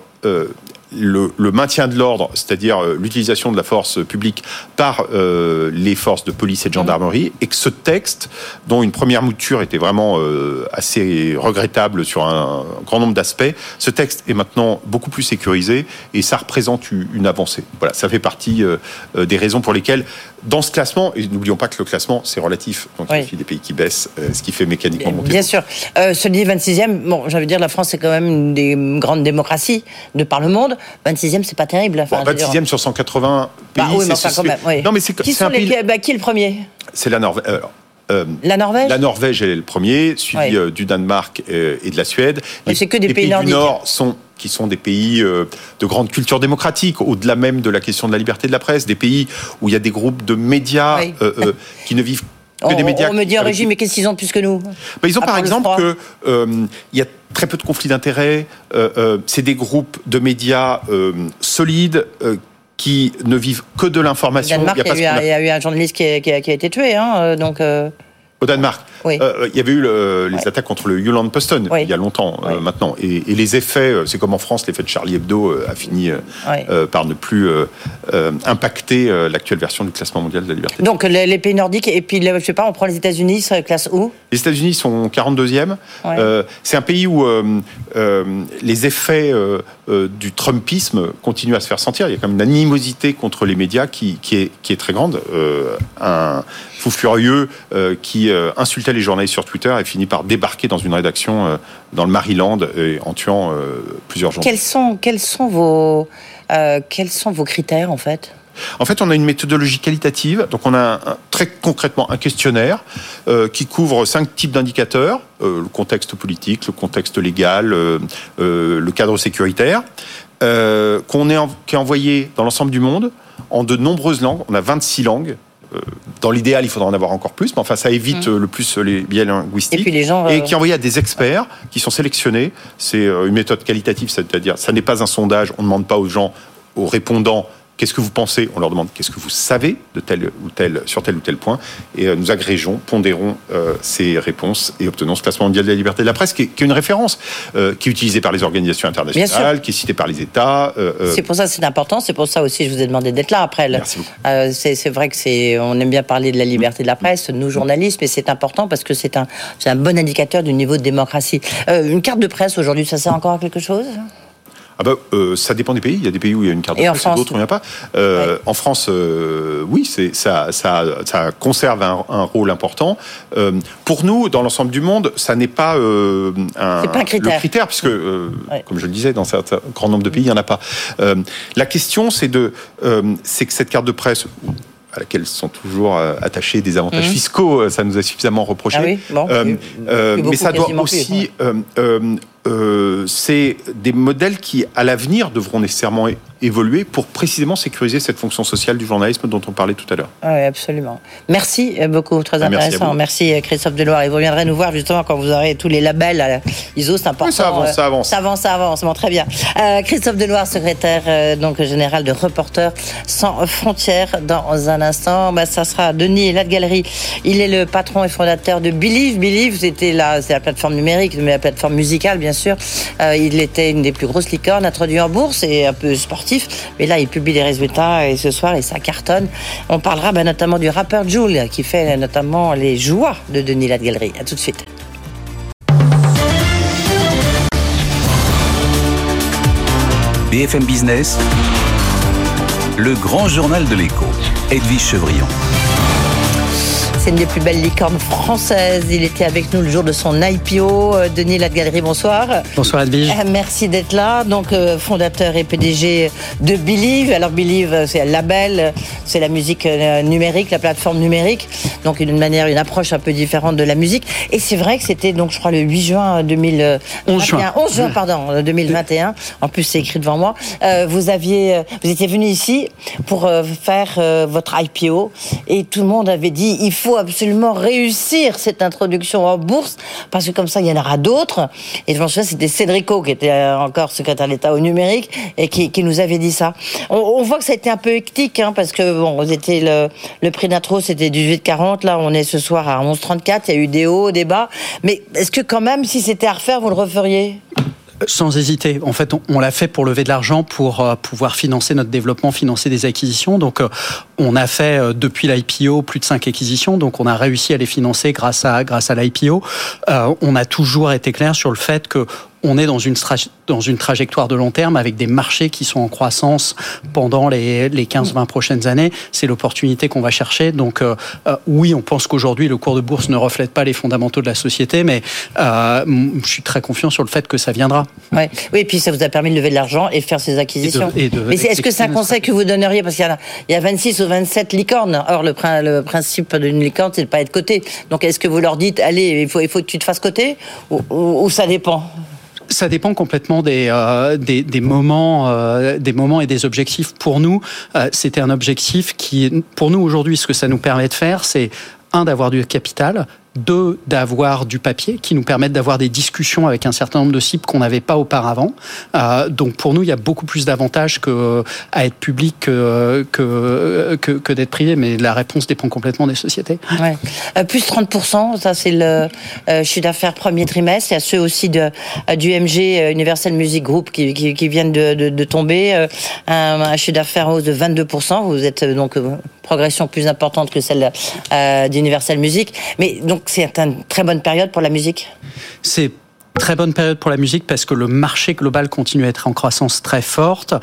le maintien de l'ordre, c'est-à-dire l'utilisation de la force publique par les forces de police et de gendarmerie, et que ce texte, dont une première mouture était vraiment assez regrettable sur un grand nombre d'aspects, ce texte est maintenant beaucoup plus sécurisé et ça représente une avancée. Voilà, ça fait partie des raisons pour lesquelles, dans ce classement, et n'oublions pas que le classement, c'est relatif, donc il y a des pays qui baissent, ce qui fait mécaniquement monter. Bien sûr. Celui 26e, j'ai envie de dire, la France, c'est quand même une des grandes démocraties de par le monde. 26e, c'est pas terrible. Enfin, 26e sur 180 pays, quand même. Oui. Non, mais qui est le premier ? C'est la Norvège. La Norvège ? La Norvège est le premier, suivi du Danemark et de la Suède. C'est que des pays nordiques. Du Nord qui sont des pays de grande culture démocratique, au-delà même de la question de la liberté de la presse, des pays où il y a des groupes de médias qui ne vivent que des médias. On me dit en régime, mais qu'est-ce qu'ils ont plus que nous ? Ils ont par exemple il y a très peu de conflits d'intérêts, c'est des groupes de médias solides, qui ne vivent que de l'information. Il y a eu un journaliste qui a été tué, donc. Au Danemark, Oui. il y avait eu les attaques contre le Jyllands-Posten il y a longtemps maintenant. Et les effets, c'est comme en France, l'effet de Charlie Hebdo a fini par ne plus impacter l'actuelle version du classement mondial de la liberté. Donc les pays nordiques, et puis je sais pas, on prend les États-Unis, ça classe où ? Les États-Unis sont 42e. C'est un pays où les effets du Trumpisme continuent à se faire sentir. Il y a quand même une animosité contre les médias qui est très grande. Un fou furieux qui insultait les journalistes sur Twitter et finit par débarquer dans une rédaction dans le Maryland en tuant plusieurs journalistes. Quels sont vos critères en fait ? En fait, on a une méthodologie qualitative. Donc, on a très concrètement un questionnaire qui couvre 5 types d'indicateurs. Le contexte politique, le contexte légal, le cadre sécuritaire, qui est envoyé dans l'ensemble du monde en de nombreuses langues. On a 26 langues. Dans l'idéal, il faudra en avoir encore plus, mais enfin, ça évite le plus les biais linguistiques. Et puis les gens, et qui est envoyé à des experts qui sont sélectionnés. C'est une méthode qualitative, c'est-à-dire, ça n'est pas un sondage. On ne demande pas aux gens, aux répondants, qu'est-ce que vous pensez ? On leur demande qu'est-ce que vous savez de sur tel ou tel point. Et nous agrégeons, pondérons ces réponses et obtenons ce classement mondial de la liberté de la presse, qui est une référence, qui est utilisée par les organisations internationales, qui est citée par les États. C'est pour ça que c'est important. C'est pour ça aussi que je vous ai demandé d'être là après. Merci beaucoup. C'est vrai que on aime bien parler de la liberté de la presse, nous journalistes, mais c'est important parce que c'est un bon indicateur du niveau de démocratie. Une carte de presse aujourd'hui, ça sert encore à quelque chose ? Ça dépend des pays. Il y a des pays où il y a une carte de presse, d'autres où il n'y en a pas. En France, oui, ça conserve un rôle important. Pour nous, dans l'ensemble du monde, ça n'est pas, c'est pas un critère. Le critère, puisque, comme je le disais, dans un grand nombre de pays, il n'y en a pas. La question, c'est que cette carte de presse, à laquelle sont toujours attachés des avantages fiscaux, ça nous a suffisamment reproché. Ah oui, bon, mais ça doit aussi... c'est des modèles qui, à l'avenir, devront nécessairement évoluer pour précisément sécuriser cette fonction sociale du journalisme dont on parlait tout à l'heure. Oui, absolument. Merci beaucoup, très intéressant. Merci Christophe Deloire. Et vous reviendrez nous voir justement quand vous aurez tous les labels à ISO, c'est important. Oui, ça avance. Bon, très bien. Christophe Deloire, secrétaire général de Reporters sans frontières. Dans un instant, ça sera Denis Latgalerie. Il est le patron et fondateur de Believe. Believe, c'est la plateforme numérique, mais la plateforme musicale, bien sûr. Il était une des plus grosses licornes introduites en bourse et un peu sportif. Mais là, il publie des résultats et ce soir, et ça cartonne. On parlera notamment du rappeur Jul, qui fait notamment les joies de Denis Latgalerie. À tout de suite. BFM Business, le grand journal de l'écho. Edwige Chevrillon. C'est une des plus belles licornes françaises. Il était avec nous le jour de son IPO. Denis Latgalerie, bonsoir. Bonsoir Edwige. Merci d'être là. Donc, fondateur et PDG de Believe. Alors, Believe, c'est un label, c'est la musique numérique, la plateforme numérique. Donc, une approche un peu différente de la musique. Et c'est vrai que c'était, donc, je crois, le 8 juin 2021. 11 juin, 2021. En plus, c'est écrit devant moi. Vous étiez venu ici pour faire votre IPO. Et tout le monde avait dit, il faut absolument réussir cette introduction en bourse, parce que comme ça, il y en aura d'autres. Et je me souviens, c'était Cédrico, qui était encore secrétaire d'État au numérique, et qui nous avait dit ça. On voit que ça a été un peu hectique, parce que, vous étiez le prix d'intro, c'était 18,40. Là, on est ce soir à 11,34. Il y a eu des hauts, des bas. Mais est-ce que quand même, si c'était à refaire, vous le referiez ? Sans hésiter. En fait, on l'a fait pour lever de l'argent, pour pouvoir financer notre développement, financer des acquisitions. Donc, on a fait, depuis l'IPO, plus de 5 acquisitions. Donc, on a réussi à les financer grâce à l'IPO. On a toujours été clair sur le fait que on est dans une trajectoire de long terme avec des marchés qui sont en croissance pendant les 15-20 prochaines années. C'est l'opportunité qu'on va chercher. Donc, oui, on pense qu'aujourd'hui, le cours de bourse ne reflète pas les fondamentaux de la société, mais je suis très confiant sur le fait que ça viendra. Oui, et puis ça vous a permis de lever de l'argent et de faire ces acquisitions. Mais est-ce que c'est un conseil que vous donneriez ? Parce qu'il y a 26 ou 27 licornes. Or, le principe d'une licorne, c'est de ne pas être coté. Donc, est-ce que vous leur dites, allez, il faut que tu te fasses coter, ou ça dépend ? Ça dépend complètement des moments et des objectifs. Pour nous, c'était un objectif qui, pour nous aujourd'hui, ce que ça nous permet de faire, c'est d'avoir du capital 2, d'avoir du papier qui nous permettent d'avoir des discussions avec un certain nombre de cibles qu'on n'avait pas auparavant. Donc pour nous, il y a beaucoup plus d'avantages à être public que d'être privé, mais la réponse dépend complètement des sociétés. Ouais. Plus 30%, ça c'est le chiffre d'affaires premier trimestre. Il y a ceux aussi du UMG, Universal Music Group, qui viennent de tomber. Un chiffre d'affaires en hausse de 22%. Vous êtes donc progression plus importante que celle d'Universal Music. Mais donc c'est une très bonne période pour la musique. C'est très bonne période pour la musique parce que le marché global continue à être en croissance très forte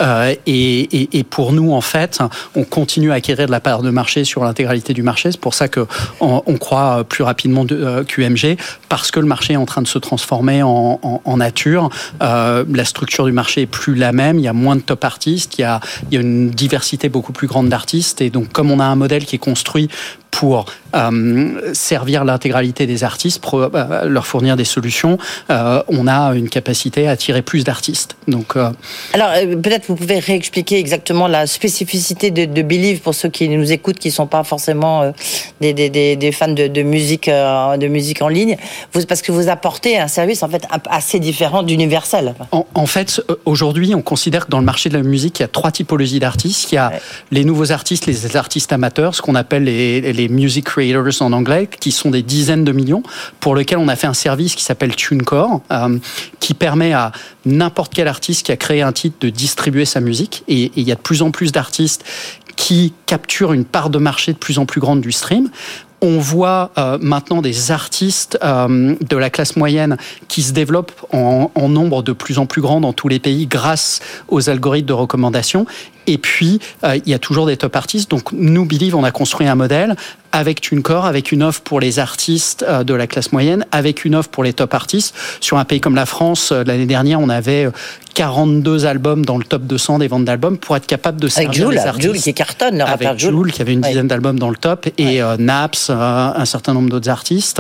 et pour nous en fait on continue à acquérir de la part de marché sur l'intégralité du marché. C'est pour ça que on croit plus rapidement qu'UMG parce que le marché est en train de se transformer en nature. La structure du marché est plus la même. Il y a moins de top artistes. Il y a une diversité beaucoup plus grande d'artistes et donc comme on a un modèle qui est construit pour servir l'intégralité des artistes, leur fournir des solutions, on a une capacité à attirer plus d'artistes. Donc, alors, peut-être vous pouvez réexpliquer exactement la spécificité de Believe pour ceux qui nous écoutent, qui ne sont pas forcément des fans de musique en ligne, parce que vous apportez un service en fait assez différent d'Universal. En fait, aujourd'hui, on considère que dans le marché de la musique, il y a 3 typologies d'artistes. Il y a les nouveaux artistes, les artistes amateurs, ce qu'on appelle les music creators en anglais, qui sont des dizaines de millions, pour lesquels on a fait un service qui s'appelle TuneCore, qui permet à n'importe quel artiste qui a créé un titre de distribuer sa musique. Et il y a de plus en plus d'artistes qui capturent une part de marché de plus en plus grande du stream. On voit maintenant des artistes de la classe moyenne qui se développent en nombre de plus en plus grand dans tous les pays grâce aux algorithmes de recommandation. Et puis, il y a toujours des top artistes. Donc, nous, Believe, on a construit un modèle avec TuneCore, avec une offre pour les artistes de la classe moyenne, avec une offre pour les top artistes. Sur un pays comme la France, l'année dernière, on avait 42 albums dans le top 200 des ventes d'albums pour être capable de servir les artistes. Jul qui cartonne, le rappeur avec Jul qui avait une dizaine d'albums dans le top, et Naps, un certain nombre d'autres artistes.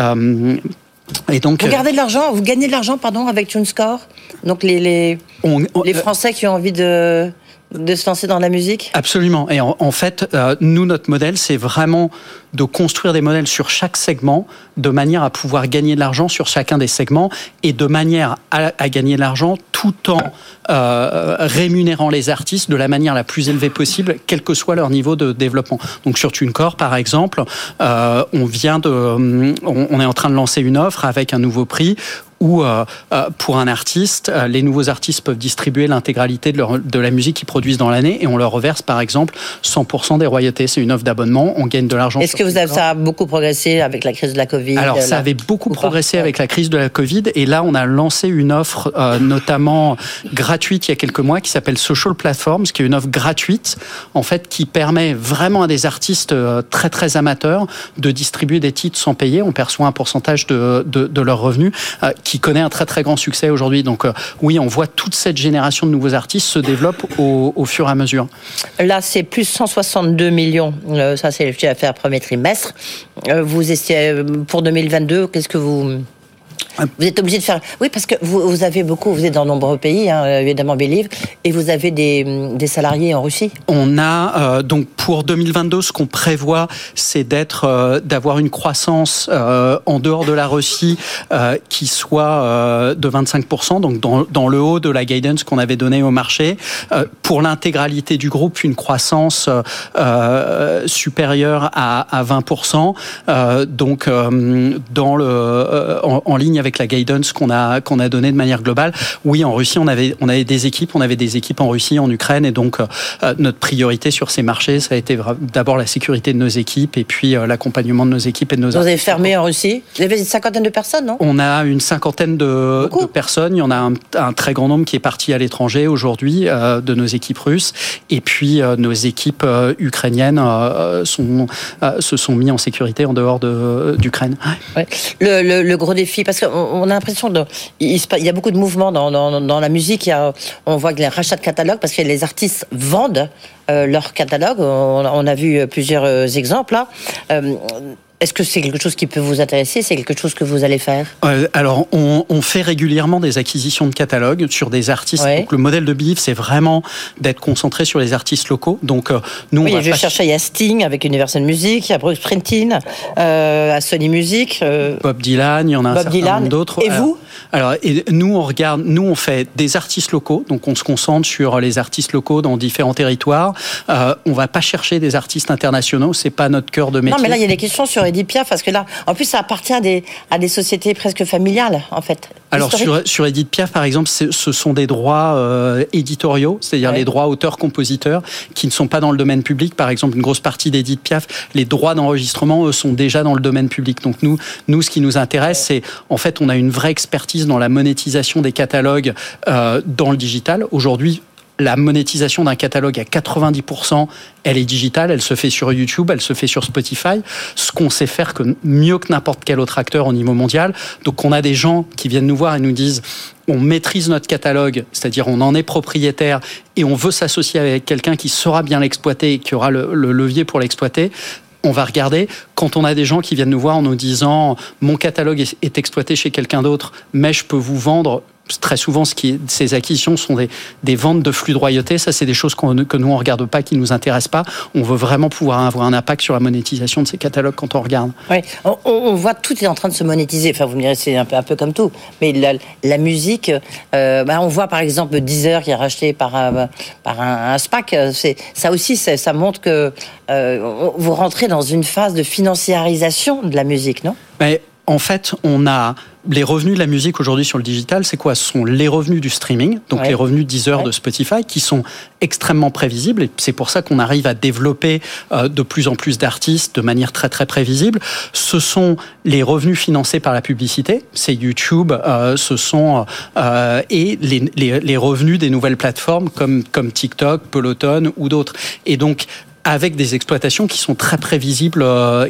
Et donc, vous gagnez de l'argent, avec TuneCore. Donc les Français qui ont envie de se lancer dans la musique. Absolument. Et en fait, nous, notre modèle, c'est vraiment de construire des modèles sur chaque segment de manière à pouvoir gagner de l'argent sur chacun des segments et de manière à gagner de l'argent tout en rémunérant les artistes de la manière la plus élevée possible, quel que soit leur niveau de développement. Donc sur TuneCore, par exemple, on est en train de lancer une offre avec un nouveau prix où pour un artiste, les nouveaux artistes peuvent distribuer l'intégralité de la musique qu'ils produisent dans l'année et on leur reverse par exemple 100% des royautés. C'est une offre d'abonnement, on gagne de l'argent. Est-ce que ça a beaucoup progressé avec la crise de la Covid? Alors ça avait beaucoup progressé avec la crise de la Covid et là on a lancé une offre notamment gratuite il y a quelques mois qui s'appelle Social Platforms, qui est une offre gratuite en fait qui permet vraiment à des artistes très très amateurs de distribuer des titres sans payer. On perçoit un pourcentage de leurs revenus qui connaît un très très grand succès aujourd'hui. Donc oui, on voit toute cette génération de nouveaux artistes se développe au fur et à mesure. Là, c'est plus 162 millions. Ça, c'est le chiffre d'affaires premier trimestre. Vous estimez pour 2022, qu'est-ce que vous êtes obligé de faire? Oui, parce que vous êtes dans de nombreux pays, évidemment Believe, et vous avez des salariés en Russie. On a donc pour 2022, ce qu'on prévoit, c'est d'avoir une croissance en dehors de la Russie qui soit de 25%, donc dans le haut de la guidance qu'on avait donnée au marché. Pour l'intégralité du groupe, une croissance supérieure à 20%, donc en ligne avec la guidance qu'on a donnée de manière globale. Oui, en Russie, on avait des équipes en Russie, en Ukraine, et donc notre priorité sur ces marchés, ça a été d'abord la sécurité de nos équipes et puis l'accompagnement de nos équipes et de nos artistes. Vous avez fermé en Russie? Vous avez une cinquantaine de personnes, non? On a une cinquantaine de personnes. Il y en a un très grand nombre qui est parti à l'étranger aujourd'hui de nos équipes russes, et puis nos équipes ukrainiennes se sont mis en sécurité en dehors d'Ukraine. Ouais. Le gros défi, parce qu'on a l'impression il y a beaucoup de mouvements dans la musique. On voit que les rachats de catalogues, parce que les artistes vendent leur catalogue. On a vu plusieurs exemples là. Est-ce que c'est quelque chose qui peut vous intéresser? C'est quelque chose que vous allez faire? Alors, on fait régulièrement des acquisitions de catalogues sur des artistes. Ouais. Donc, le modèle de BIF, c'est vraiment d'être concentré sur les artistes locaux. Donc, nous, Oui, on va je cherchais, il y a Sting avec Universal Music, il y a Bruce Springsteen, à Sony Music. Bob Dylan, il y en a un certain nombre d'autres. Et vous? Alors, nous, on fait des artistes locaux. Donc, on se concentre sur les artistes locaux dans différents territoires. On va pas chercher des artistes internationaux. C'est pas notre cœur de métier. Non, mais là, il y a des questions sur Edith Piaf, parce que là, en plus, ça appartient à des sociétés presque familiales, en fait. Alors, sur Edith Piaf, par exemple, ce sont des droits éditoriaux, c'est-à-dire les droits auteurs-compositeurs qui ne sont pas dans le domaine public. Par exemple, une grosse partie d'Edith Piaf, les droits d'enregistrement, eux, sont déjà dans le domaine public. Donc, nous, ce qui nous intéresse, c'est, en fait, on a une vraie expertise dans la monétisation des catalogues dans le digital. Aujourd'hui, la monétisation d'un catalogue à 90%, elle est digitale, elle se fait sur YouTube, elle se fait sur Spotify, ce qu'on sait faire mieux que n'importe quel autre acteur au niveau mondial. Donc on a des gens qui viennent nous voir et nous disent on maîtrise notre catalogue, c'est-à-dire on en est propriétaire et on veut s'associer avec quelqu'un qui saura bien l'exploiter et qui aura le levier pour l'exploiter. On va regarder. Quand on a des gens qui viennent nous voir en nous disant mon catalogue est exploité chez quelqu'un d'autre, mais je peux vous vendre. Très souvent, ces acquisitions sont des ventes de flux de royautés. Ça, c'est des choses que nous, on ne regarde pas, qui ne nous intéressent pas. On veut vraiment pouvoir avoir un impact sur la monétisation de ces catalogues quand on regarde. Oui, on voit tout est en train de se monétiser. Enfin, vous me direz, c'est un peu comme tout. Mais la musique, on voit par exemple Deezer qui est racheté par un SPAC. Ça aussi, ça montre que vous rentrez dans une phase de financiarisation de la musique, non? Mais en fait, on a les revenus de la musique aujourd'hui sur le digital, c'est quoi? Ce sont les revenus du streaming, donc les revenus de Deezer, de Spotify, qui sont extrêmement prévisibles. Et c'est pour ça qu'on arrive à développer de plus en plus d'artistes de manière très très prévisible. Ce sont les revenus financés par la publicité, c'est YouTube, et les revenus des nouvelles plateformes comme TikTok, Peloton ou d'autres. Et donc avec des exploitations qui sont très prévisibles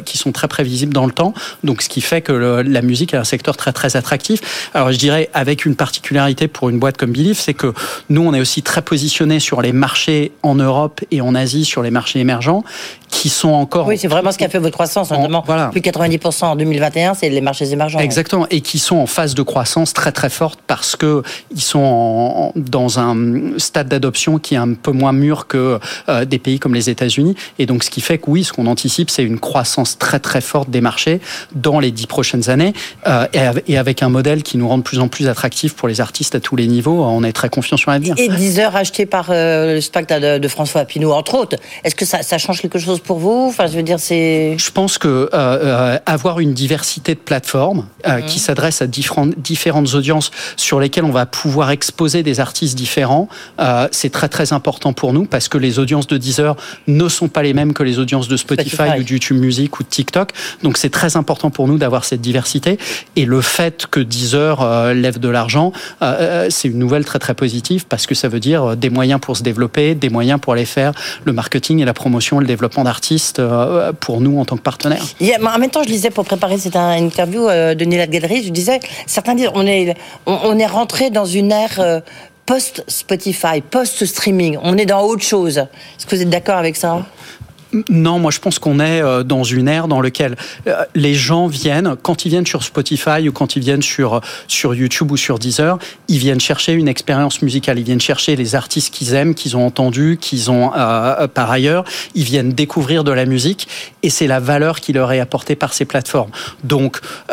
dans le temps. Donc, ce qui fait que la musique est un secteur très très attractif. Alors, je dirais avec une particularité pour une boîte comme Believe, c'est que nous, on est aussi très positionnés sur les marchés en Europe et en Asie, sur les marchés émergents, qui sont encore... Oui, c'est vraiment ce qui a fait votre croissance, notamment. Voilà. Plus de 90% en 2021, c'est les marchés émergents. Exactement, et qui sont en phase de croissance très très forte parce que ils sont dans un stade d'adoption qui est un peu moins mûr que des pays comme les États-Unis. Et donc, ce qui fait que oui, ce qu'on anticipe, c'est une croissance très très forte des marchés dans les 10 prochaines années, et avec un modèle qui nous rend de plus en plus attractif pour les artistes à tous les niveaux. On est très confiants sur l'avenir. Et Deezer acheté par le SPAC de François Pinault, entre autres. Est-ce que ça change quelque chose pour vous? Enfin, je veux dire, c'est... Je pense que avoir une diversité de plateformes qui s'adressent à différentes audiences sur lesquelles on va pouvoir exposer des artistes différents, c'est très très important pour nous parce que les audiences de Deezer ne sont pas les mêmes que les audiences de Spotify ou de YouTube Music ou de TikTok. Donc c'est très important pour nous d'avoir cette diversité. Et le fait que Deezer lève de l'argent, c'est une nouvelle très très positive parce que ça veut dire des moyens pour se développer, des moyens pour aller faire le marketing et la promotion, le développement d'artistes pour nous en tant que partenaires. En même temps, je lisais pour préparer cette interview de Nila Gadri, je disais, certains disent on est rentré dans une ère post-Spotify, post-streaming. On est dans autre chose. Est-ce que vous êtes d'accord avec ça? Non, moi je pense qu'on est dans une ère dans laquelle les gens viennent, quand ils viennent sur Spotify ou quand ils viennent sur YouTube ou sur Deezer, ils viennent chercher une expérience musicale, ils viennent chercher les artistes qu'ils aiment, qu'ils ont entendus, qu'ils ont par ailleurs, ils viennent découvrir de la musique et c'est la valeur qui leur est apportée par ces plateformes. Donc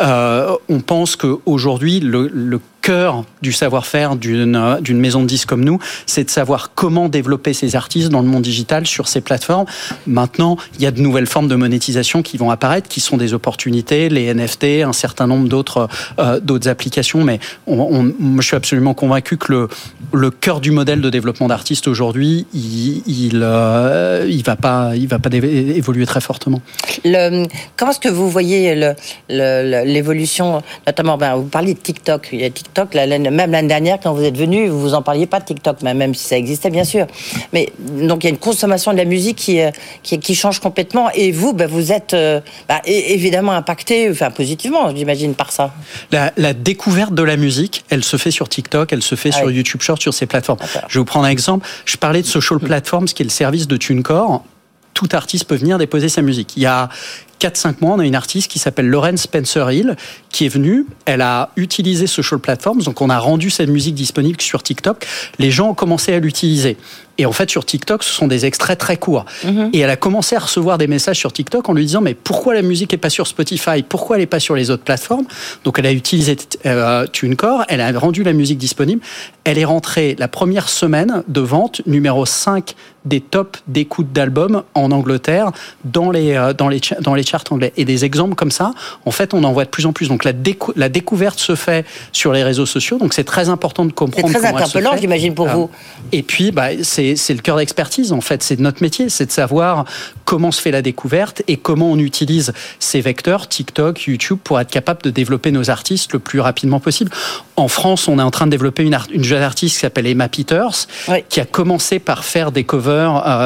on pense qu'aujourd'hui, le cœur du savoir-faire d'une maison de disques comme nous, c'est de savoir comment développer ces artistes dans le monde digital sur ces plateformes. Maintenant, il y a de nouvelles formes de monétisation qui vont apparaître, qui sont des opportunités, les NFT, un certain nombre d'autres applications, mais moi, je suis absolument convaincu que le cœur du modèle de développement d'artistes aujourd'hui, il va pas évoluer très fortement. Comment est-ce que vous voyez l'évolution, notamment, vous parliez de TikTok. Il y a TikTok, même l'année dernière, quand vous êtes venu, vous en parliez pas de TikTok, même si ça existait, bien sûr. Mais donc, il y a une consommation de la musique qui change complètement. Et vous, vous êtes évidemment impacté, positivement, j'imagine, par ça. La découverte de la musique, elle se fait sur TikTok, elle se fait sur YouTube Short, sur ces plateformes. D'accord. Je vais vous prendre un exemple. Je parlais de Social Platforms, qui est le service de TuneCore. Tout artiste peut venir déposer sa musique. Il y a 4-5 mois, on a une artiste qui s'appelle Lauren Spencer-Hill qui est venue. Elle a utilisé social platforms, donc on a rendu cette musique disponible sur TikTok. Les gens ont commencé à l'utiliser. Et en fait, sur TikTok, ce sont des extraits très courts. Et elle a commencé à recevoir des messages sur TikTok en lui disant « Mais pourquoi la musique n'est pas sur Spotify ? Pourquoi elle n'est pas sur les autres plateformes ?» Donc, elle a utilisé TuneCore, elle a rendu la musique disponible. Elle est rentrée la première semaine de vente, numéro 5 des tops d'écoute d'albums en Angleterre dans les charts anglais. Et des exemples comme ça, en fait, on en voit de plus en plus. Donc, la découverte se fait sur les réseaux sociaux. Donc, c'est très important de comprendre comment elle se fait. C'est très interpellant, j'imagine, pour vous. Et puis, c'est le cœur d'expertise, en fait. C'est notre métier, c'est de savoir comment se fait la découverte et comment on utilise ces vecteurs, TikTok, YouTube, pour être capable de développer nos artistes le plus rapidement possible. En France, on est en train de développer une jeune artiste qui s'appelle Emma Peters, qui a commencé par faire des covers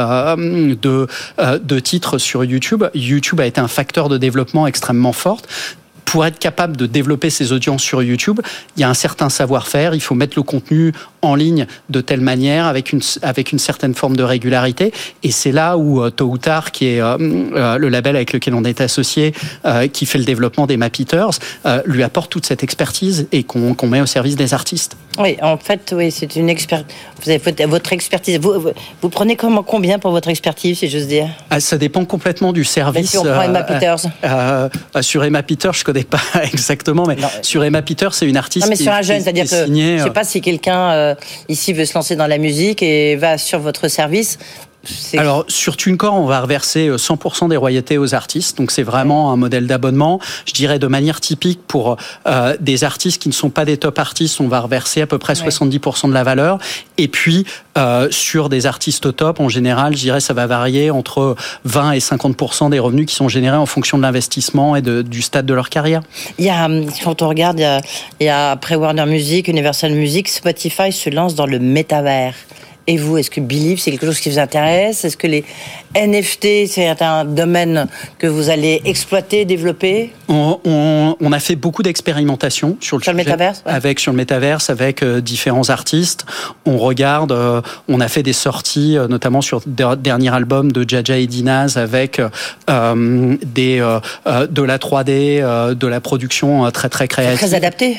de titres sur YouTube. YouTube a été un facteur de développement extrêmement fort. Pour être capable de développer ses audiences sur YouTube, il y a un certain savoir-faire, il faut mettre le contenu en ligne de telle manière, avec une certaine forme de régularité. Et c'est là où Tôt ou Tard, qui est le label avec lequel on est associé, qui fait le développement d'Emma Peters, lui apporte toute cette expertise et qu'on met au service des artistes. Oui, en fait, oui, c'est une expertise. Vous avez votre expertise. Vous prenez combien pour votre expertise, si j'ose dire ? Ça dépend complètement du service. Si on prend Emma Peters. Sur Emma Peters, je connais pas exactement, mais sur Emma Peters, c'est une artiste qui est signée. C'est-à-dire que je ne sais pas si quelqu'un ici veut se lancer dans la musique et va sur votre service. Alors, sur TuneCore, on va reverser 100% des royalties aux artistes. Donc, c'est vraiment un modèle d'abonnement. Je dirais de manière typique pour des artistes qui ne sont pas des top artistes, on va reverser à peu près 70% de la valeur. Et puis, sur des artistes au top, en général, je dirais ça va varier entre 20 et 50% des revenus qui sont générés en fonction de l'investissement et du stade de leur carrière. Il y a, quand on regarde, il y a après Warner Music, Universal Music, Spotify se lance dans le métavers. Et vous, est-ce que Believe, c'est quelque chose qui vous intéresse ? Est-ce que les NFT, c'est un domaine que vous allez exploiter, développer ? On a fait beaucoup d'expérimentations sur le métaverse, sur le métaverse avec différents artistes. On regarde, on a fait des sorties, notamment sur le dernier album de Jaja et Dinaz avec de la 3D, de la production très très créative. Très adapté.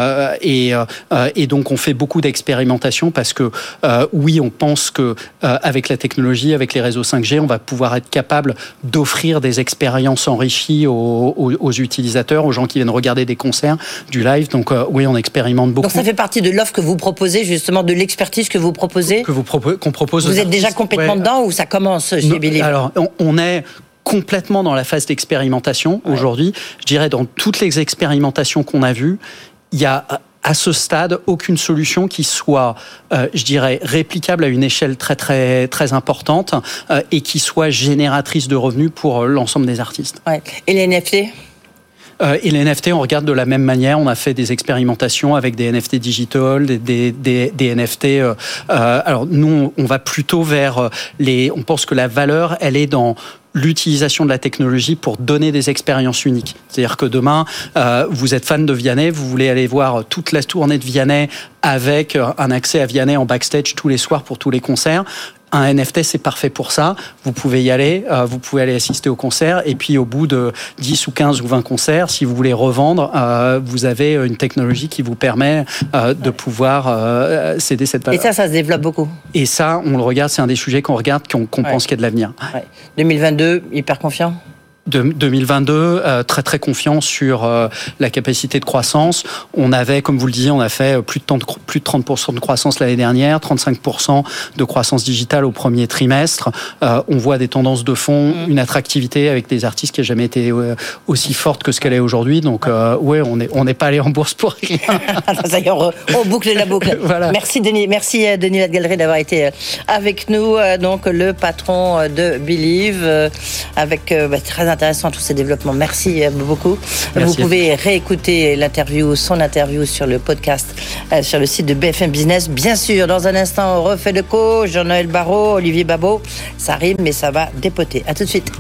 Et donc on fait beaucoup d'expérimentations parce que oui, on pense que avec la technologie, avec les réseaux 5G, on va pouvoir être capable d'offrir des expériences enrichies aux utilisateurs, aux gens qui viennent regarder des concerts, du live. Donc oui, on expérimente beaucoup. Donc ça fait partie de l'offre que vous proposez, justement, de l'expertise que vous proposez. Qu'on propose. Vous êtes déjà complètement dedans ou ça commence chez Believe ? Alors on est complètement dans la phase d'expérimentation aujourd'hui. Je dirais dans toutes les expérimentations qu'on a vues, il y a à ce stade aucune solution qui soit, je dirais, réplicable à une échelle très très très importante et qui soit génératrice de revenus pour l'ensemble des artistes. Ouais. Et les NFT ? Et les NFT, on regarde de la même manière. On a fait des expérimentations avec des NFT digital, des NFT. Alors nous, on va plutôt vers on pense que la valeur, elle est dans l'utilisation de la technologie pour donner des expériences uniques. C'est-à-dire que demain, vous êtes fan de Vianney, vous voulez aller voir toute la tournée de Vianney avec un accès à Vianney en backstage tous les soirs pour tous les concerts. Un NFT, c'est parfait pour ça. Vous pouvez y aller, vous pouvez aller assister au concert, et puis au bout de 10 ou 15 ou 20 concerts, si vous voulez revendre, vous avez une technologie qui vous permet de pouvoir céder cette valeur. Et ça se développe beaucoup. Et ça, on le regarde, c'est un des sujets qu'on regarde, qu'on pense qu'il y a de l'avenir. Ouais. 2022, hyper confiant ? 2022, très très confiant sur la capacité de croissance. On avait, comme vous le disiez, on a fait plus de 30% de croissance l'année dernière, 35% de croissance digitale au premier trimestre. On voit des tendances de fond, une attractivité avec des artistes qui n'a jamais été aussi forte que ce qu'elle est aujourd'hui. Donc ouais, on n'est pas allé en bourse pour rien. Ça y est, on boucle la boucle. Voilà. Merci Denis Latgalerie d'avoir été avec nous. Donc le patron de Believe, avec très intéressant tous ces développements. Merci beaucoup. Merci. Vous pouvez réécouter son interview sur le podcast, sur le site de BFM Business. Bien sûr, dans un instant, on refait le co. Jean-Noël Barrot, Olivier Babot. Ça rime, mais ça va dépoter. À tout de suite.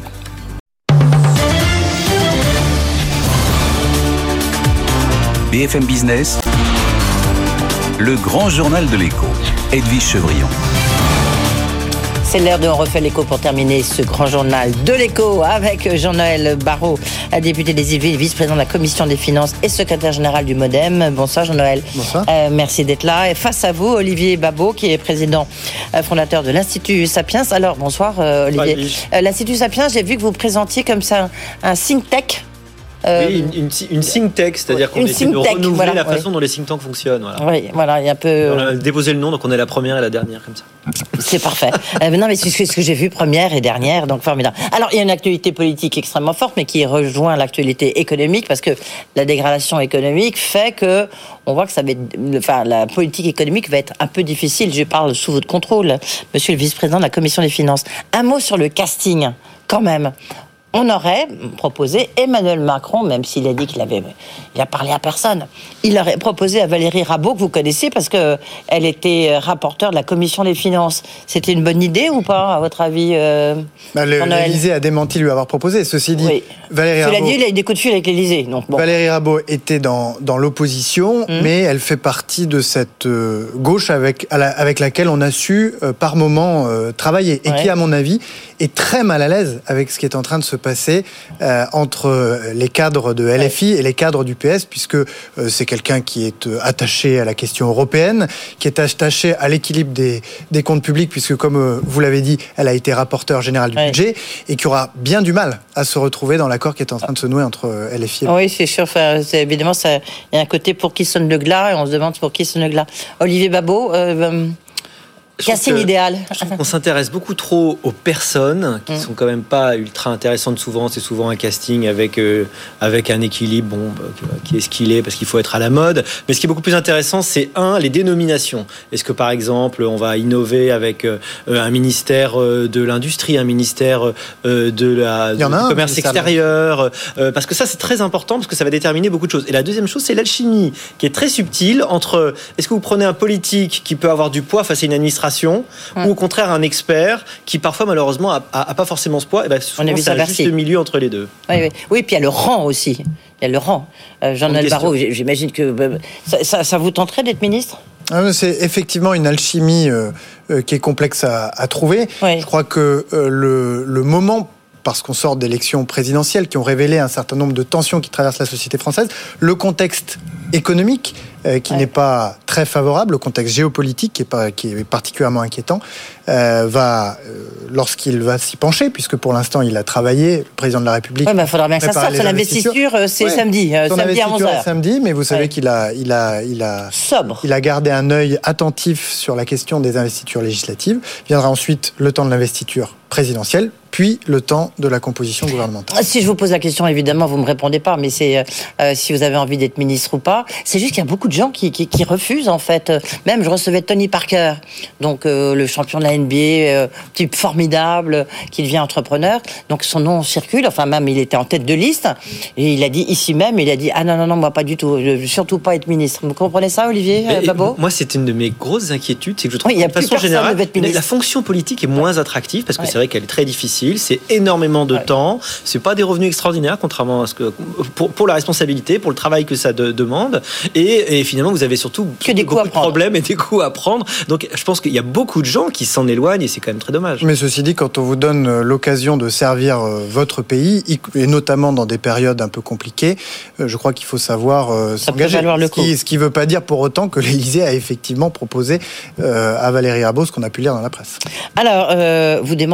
BFM Business, le grand journal de l'écho. Edwige Chevrillon. C'est l'heure de On refait l'écho pour terminer ce grand journal de l'écho avec Jean-Noël Barrot, député des Yvelines, vice-président de la commission des finances et secrétaire général du MoDem. Bonsoir Jean-Noël. Bonsoir. Merci d'être là. Et face à vous, Olivier Babot, qui est président fondateur de l'Institut Sapiens. Alors bonsoir Olivier. L'Institut Sapiens, j'ai vu que vous présentiez comme ça un think tank. Oui, une think tank, c'est-à-dire qu'on essaie de renouveler la façon dont les think tanks fonctionnent. Voilà. Oui, voilà, il y a un peu. On a déposé le nom, donc on est la première et la dernière, comme ça. C'est parfait. Non, mais c'est ce que j'ai vu, première et dernière, donc formidable. Alors, il y a une actualité politique extrêmement forte, mais qui rejoint l'actualité économique, parce que la dégradation économique fait que on voit que ça va être, la politique économique va être un peu difficile. Je parle sous votre contrôle, monsieur le vice-président de la commission des finances. Un mot sur le casting, quand même. On aurait proposé Emmanuel Macron, même s'il a dit qu'il a parlé à personne. Il aurait proposé à Valérie Rabault, que vous connaissez, parce que elle était rapporteure de la commission des finances. C'était une bonne idée ou pas, à votre avis L'Élysée a démenti lui avoir proposé. Ceci dit, oui. Valérie Rabault... Cela dit, il a eu des coups de fil avec l'Élysée. Donc bon. Valérie Rabault était dans l'opposition, mais elle fait partie de cette gauche avec laquelle on a su, par moment, travailler. Et qui, à mon avis, est très mal à l'aise avec ce qui est en train de se passer entre les cadres de LFI et les cadres du PS, puisque c'est quelqu'un qui est attaché à la question européenne, qui est attaché à l'équilibre des comptes publics, puisque, comme vous l'avez dit, elle a été rapporteure générale du budget, et qui aura bien du mal à se retrouver dans l'accord qui est en train de se nouer entre LFI et le PS. Oui, c'est sûr. Évidemment, il y a un côté pour qui sonne le glas, et on se demande pour qui sonne le glas. Olivier Babot, casting idéal. Je trouve qu'on s'intéresse beaucoup trop aux personnes qui sont quand même pas ultra intéressantes souvent. C'est souvent un casting avec un équilibre qui est ce qu'il est parce qu'il faut être à la mode. Mais ce qui est beaucoup plus intéressant, c'est les dénominations. Est-ce que par exemple on va innover avec un ministère de l'industrie, un ministère du commerce extérieur, parce que ça c'est très important parce que ça va déterminer beaucoup de choses. Et la deuxième chose, c'est l'alchimie qui est très subtile entre est-ce que vous prenez un politique qui peut avoir du poids face à une administration ou au contraire un expert qui parfois malheureusement a pas forcément ce poids, et ben souvent c'est un juste milieu entre les deux. Oui, puis il y a le rang aussi. Il y a le rang. Jean-Noël Barrot, j'imagine que ça vous tenterait d'être ministre ? C'est effectivement une alchimie qui est complexe à trouver. Je crois que le moment, parce qu'on sort d'élections présidentielles qui ont révélé un certain nombre de tensions qui traversent la société française, le contexte économique qui n'est pas très favorable, le contexte géopolitique qui est particulièrement inquiétant, lorsqu'il va s'y pencher, puisque pour l'instant il a travaillé, le président de la République. Il faudra bien que ça sorte. Son investiture, c'est samedi à 11h. Samedi, mais vous savez qu'il a gardé un œil attentif sur la question des investitures législatives. Viendra ensuite le temps de l'investiture présidentielle, puis le temps de la composition gouvernementale. Si je vous pose la question, évidemment, vous ne me répondez pas, mais c'est si vous avez envie d'être ministre ou pas. C'est juste qu'il y a beaucoup de gens qui refusent, en fait. Même, je recevais Tony Parker, donc le champion de la NBA, type formidable, qui devient entrepreneur. Donc son nom circule, enfin même, il était en tête de liste. Et il a dit, ici même, ah non, moi pas du tout, je veux surtout pas être ministre. Vous comprenez ça, Olivier Babot ? Moi, c'est une de mes grosses inquiétudes, c'est que je trouve que de façon générale, la fonction politique est moins attractive, parce que c'est vrai qu'elle est très difficile, c'est énormément de temps, c'est pas des revenus extraordinaires, contrairement à ce que pour la responsabilité, pour le travail que ça demande, et finalement vous avez surtout beaucoup de problèmes et des coûts à prendre. Donc je pense qu'il y a beaucoup de gens qui s'en éloignent et c'est quand même très dommage. Mais ceci dit, quand on vous donne l'occasion de servir votre pays, et notamment dans des périodes un peu compliquées, je crois qu'il faut savoir s'engager. Ce qui ne veut pas dire pour autant que l'Élysée a effectivement proposé à Valérie Rabault ce qu'on a pu lire dans la presse. Alors, vous démentez ?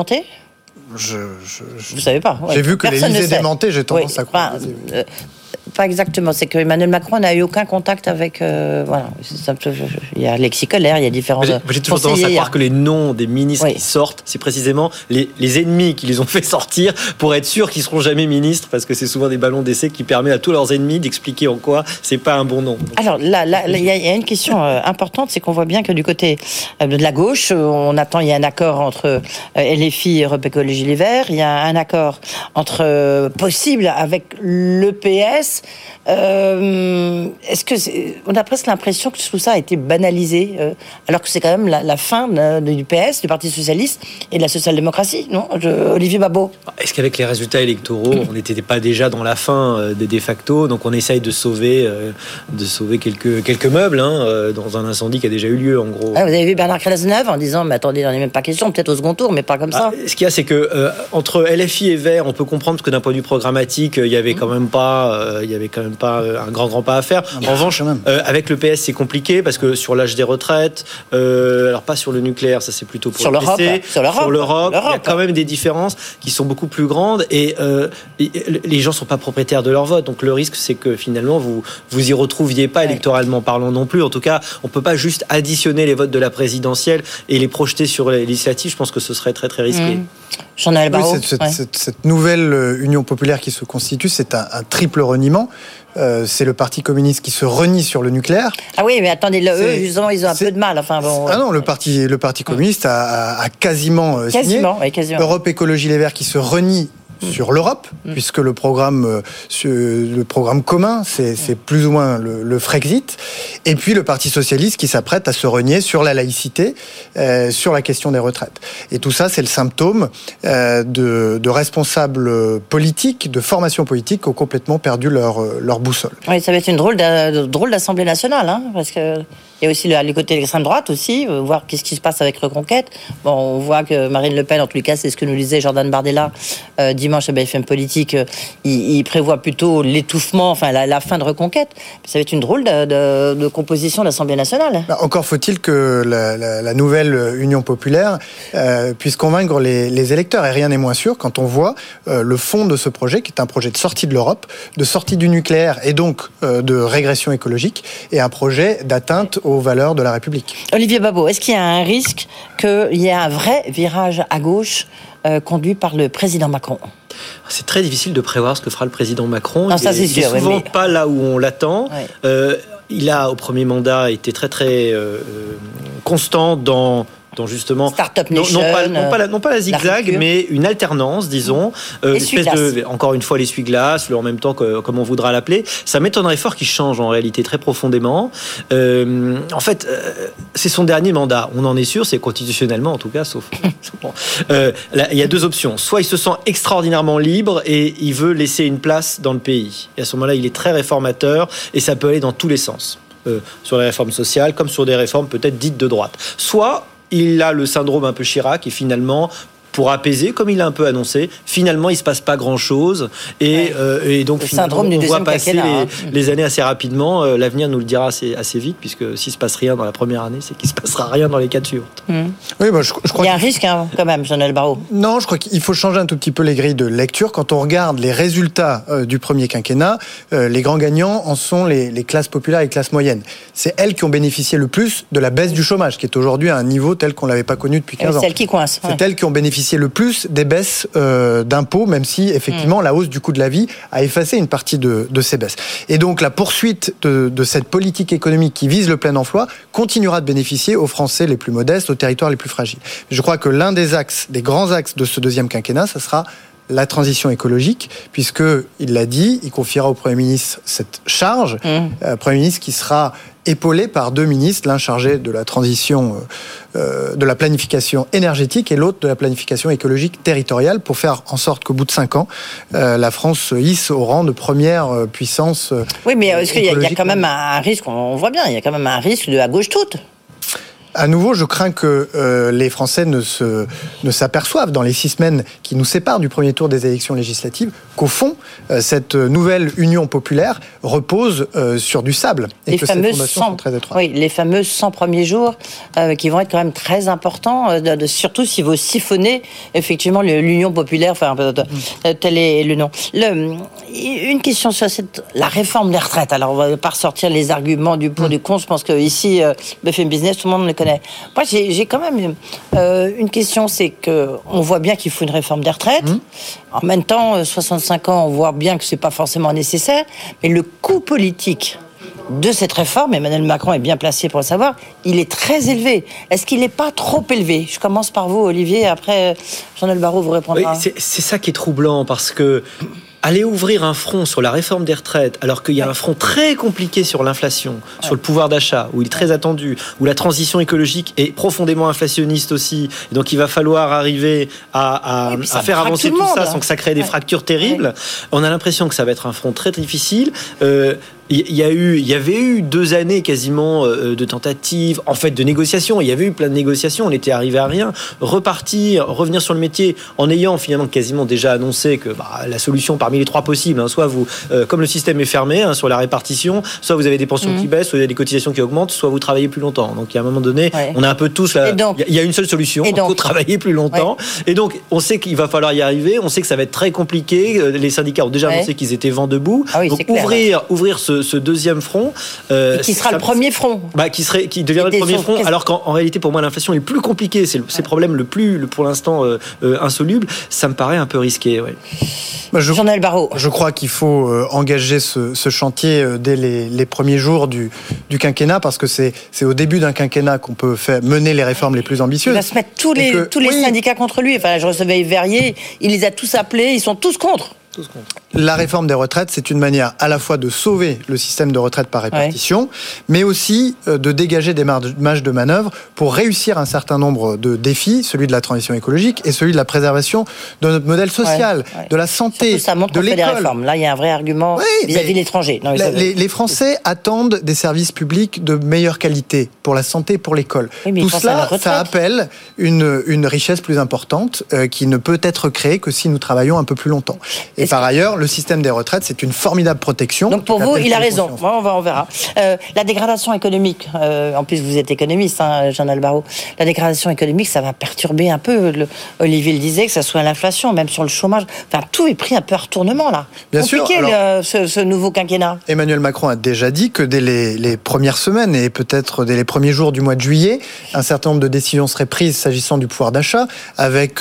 Vous savez pas. J'ai vu que l'Élysée démentait, j'ai tendance à croire. Pas exactement. C'est que Emmanuel Macron n'a eu aucun contact avec. Voilà. Il y a Alexis Kohler, il y a différents. J'ai toujours tendance à croire que les noms des ministres qui sortent, c'est précisément les ennemis qui les ont fait sortir pour être sûr qu'ils seront jamais ministres, parce que c'est souvent des ballons d'essai qui permettent à tous leurs ennemis d'expliquer en quoi c'est pas un bon nom. Alors là, il y a une question importante, c'est qu'on voit bien que du côté de la gauche, on attend, il y a un accord entre LFI et Europe Écologie Les Verts, il y a un accord possible avec le PS. Est-ce que on a presque l'impression que tout ça a été banalisé, alors que c'est quand même la fin du PS, du Parti socialiste et de la social-démocratie, non, Olivier Babot? Est-ce qu'avec les résultats électoraux, on n'était pas déjà dans la fin des de facto, donc on essaye de sauver quelques meubles dans un incendie qui a déjà eu lieu, en gros. Vous avez vu Bernard Cazeneuve en disant, mais attendez, il n'en est même pas question, peut-être au second tour, mais pas comme ça. Ce qu'il y a, c'est que entre LFI et Vert, on peut comprendre que d'un point de vue programmatique, il y avait quand même pas un grand pas à faire. En revanche, avec le PS, c'est compliqué parce que sur l'âge des retraites, alors pas sur le nucléaire, ça c'est plutôt pour sur le l'Europe, PC, sur l'Europe, il y a quand même des différences qui sont beaucoup plus grandes et les gens sont pas propriétaires de leur vote. Donc le risque, c'est que finalement vous y retrouviez pas électoralement parlant non plus. En tout cas, on peut pas juste additionner les votes de la présidentielle et les projeter sur les législatives. Je pense que ce serait très très risqué. Jean-Noël Barrot. Cette nouvelle Union populaire qui se constitue, c'est un triple reniement. C'est le Parti communiste qui se renie sur le nucléaire. Ah oui, mais attendez, eux, justement, ils ont un peu de mal. Enfin, bon, ah non, le Parti communiste a quasiment signé. Quasiment. Europe Écologie Les Verts qui se renie sur l'Europe, puisque le programme commun, c'est plus ou moins le Frexit, et puis le Parti socialiste qui s'apprête à se renier sur la laïcité, sur la question des retraites. Et tout ça, c'est le symptôme de responsables politiques, de formations politiques qui ont complètement perdu leur boussole. Oui, ça va être une drôle d'Assemblée nationale, parce que il y a aussi le côté de l'extrême droite aussi, voir qu'est-ce qui se passe avec Reconquête. Bon, on voit que Marine Le Pen, en tous les cas, c'est ce que nous disait Jordan Bardella dimanche à BFM Politique, il prévoit plutôt l'étouffement, enfin la fin de Reconquête. Ça va être une drôle de composition de l'Assemblée nationale. Encore faut-il que la nouvelle Union populaire puisse convaincre les électeurs, et rien n'est moins sûr quand on voit le fond de ce projet, qui est un projet de sortie de l'Europe, de sortie du nucléaire et donc de régression écologique, et un projet d'atteinte aux valeurs de la République. Olivier Babot, est-ce qu'il y a un risque qu'il y ait un vrai virage à gauche conduit par le président Macron? C'est très difficile de prévoir ce que fera le président Macron. Non, ça c'est sûr. Il n'est souvent pas là où on l'attend. Ouais. Il a, au premier mandat, été très très constant dans justement Startup Nation, non pas la zigzag, mais une alternance, disons, une espèce de, encore une fois, l'essuie-glace, en même temps comme on voudra l'appeler. Ça m'étonnerait fort qu'il change en réalité très profondément. En fait, c'est son dernier mandat. On en est sûr, c'est constitutionnellement en tout cas, sauf. Là, il y a deux options. Soit il se sent extraordinairement libre et il veut laisser une place dans le pays. Et à ce moment-là, il est très réformateur et ça peut aller dans tous les sens, sur les réformes sociales comme sur des réformes peut-être dites de droite. Soit il a le syndrome un peu Chirac et finalement, pour apaiser, comme il l'a un peu annoncé, finalement, il ne se passe pas grand-chose. Et donc, finalement, on voit passer les années assez rapidement. L'avenir nous le dira assez vite, puisque s'il ne se passe rien dans la première année, c'est qu'il ne se passera rien dans les 4 suivantes. Oui, je crois il y a un risque, quand même, Jean-Noël Barrot. Non, je crois qu'il faut changer un tout petit peu les grilles de lecture. Quand on regarde les résultats du premier quinquennat, les grands gagnants en sont les classes populaires et les classes moyennes. C'est elles qui ont bénéficié le plus de la baisse du chômage, qui est aujourd'hui à un niveau tel qu'on ne l'avait pas connu depuis 15 ans. C'est elles qui coincent. C'est elles qui ont bénéficié le plus des baisses d'impôts, même si effectivement la hausse du coût de la vie a effacé une partie de ces baisses. Et donc la poursuite de cette politique économique qui vise le plein emploi continuera de bénéficier aux Français les plus modestes, aux territoires les plus fragiles. Je crois que l'un des grands axes de ce deuxième quinquennat, ça sera la transition écologique, puisque il l'a dit, il confiera au Premier ministre cette charge, Premier ministre qui sera épaulé par 2 ministres, l'un chargé de la transition, de la planification énergétique et l'autre de la planification écologique territoriale, pour faire en sorte qu'au bout de 5 ans, la France se hisse au rang de première puissance. Oui, mais est-ce qu'il y a quand même un risque, on voit bien, il y a quand même un risque de à gauche toute. À nouveau, je crains que les Français ne s'aperçoivent dans les 6 semaines qui nous séparent du premier tour des élections législatives qu'au fond, cette nouvelle union populaire repose sur du sable et que ces fondations sont très étroites. Oui, les fameux 100 premiers jours qui vont être quand même très importants, surtout s'il faut siphonner effectivement l'union populaire, enfin tel est le nom. Une question sur la réforme des retraites. Alors on va pas ressortir les arguments du pour du contre. Je pense que ici, BFM Business, tout le monde le connaît. Moi, j'ai quand même une question, c'est que on voit bien qu'il faut une réforme des retraites. En même temps, 65 ans, on voit bien que c'est pas forcément nécessaire, mais le coût politique de cette réforme, Emmanuel Macron est bien placé pour le savoir, il est très élevé. Est-ce qu'il n'est pas trop élevé? Je commence par vous, Olivier, après Jean-Noël Barrot vous répondra. Oui, c'est ça qui est troublant, parce que aller ouvrir un front sur la réforme des retraites, alors qu'il y a un front très compliqué sur l'inflation, sur le pouvoir d'achat, où il est très attendu, où la transition écologique est profondément inflationniste aussi, et donc il va falloir arriver à faire avancer tout ça sans que ça crée des fractures terribles. On a l'impression que ça va être un front très difficile. Il y avait eu 2 années quasiment de tentatives, en fait de négociations. Il y avait eu plein de négociations, on était arrivé à rien. Revenir sur le métier en ayant finalement quasiment déjà annoncé que la solution parmi les 3 possibles, soit vous, comme le système est fermé sur la répartition, soit vous avez des pensions qui baissent, soit vous avez des cotisations qui augmentent, soit vous travaillez plus longtemps. Donc à un moment donné, on a un peu tous là. Il y a une seule solution, il faut travailler plus longtemps. Et donc on sait qu'il va falloir y arriver. On sait que ça va être très compliqué. Les syndicats ont déjà annoncé qu'ils étaient vent debout. Donc ouvrir ce deuxième front, qui sera le premier front, qui deviendrait le premier front, alors qu'en réalité pour moi l'inflation est plus compliquée, c'est le problème le plus pour l'instant insoluble. Ça me paraît un peu risqué. Jean-Noël Barrot. Je crois qu'il faut engager ce chantier dès les premiers jours du quinquennat, parce que c'est au début d'un quinquennat qu'on peut mener les réformes les plus ambitieuses. Il va se mettre tous les syndicats contre lui. Enfin, je recevais Verrier, il les a tous appelés, ils sont tous contre. La réforme des retraites, c'est une manière à la fois de sauver le système de retraite par répartition, mais aussi de dégager des marges de manœuvre pour réussir un certain nombre de défis, celui de la transition écologique et celui de la préservation de notre modèle social, de la santé, surtout ça montre de qu'on fait des l'école. réformes. Là, il y a un vrai argument vis-à-vis de l'étranger. Les Français attendent des services publics de meilleure qualité pour la santé, pour l'école. Tout cela, ça appelle une richesse plus importante qui ne peut être créée que si nous travaillons un peu plus longtemps. Et par ailleurs, le système des retraites, c'est une formidable protection. Donc pour vous, il a raison. On verra. La dégradation économique, en plus vous êtes économiste, Jean-Noël Barrot, la dégradation économique, ça va perturber un peu. Olivier le disait, que ça soit l'inflation, même sur le chômage. Enfin, tout est pris un peu à retournement, là. Bien compliqué, sûr. Ce nouveau quinquennat. Emmanuel Macron a déjà dit que dès les premières semaines et peut-être dès les premiers jours du mois de juillet, un certain nombre de décisions seraient prises s'agissant du pouvoir d'achat, avec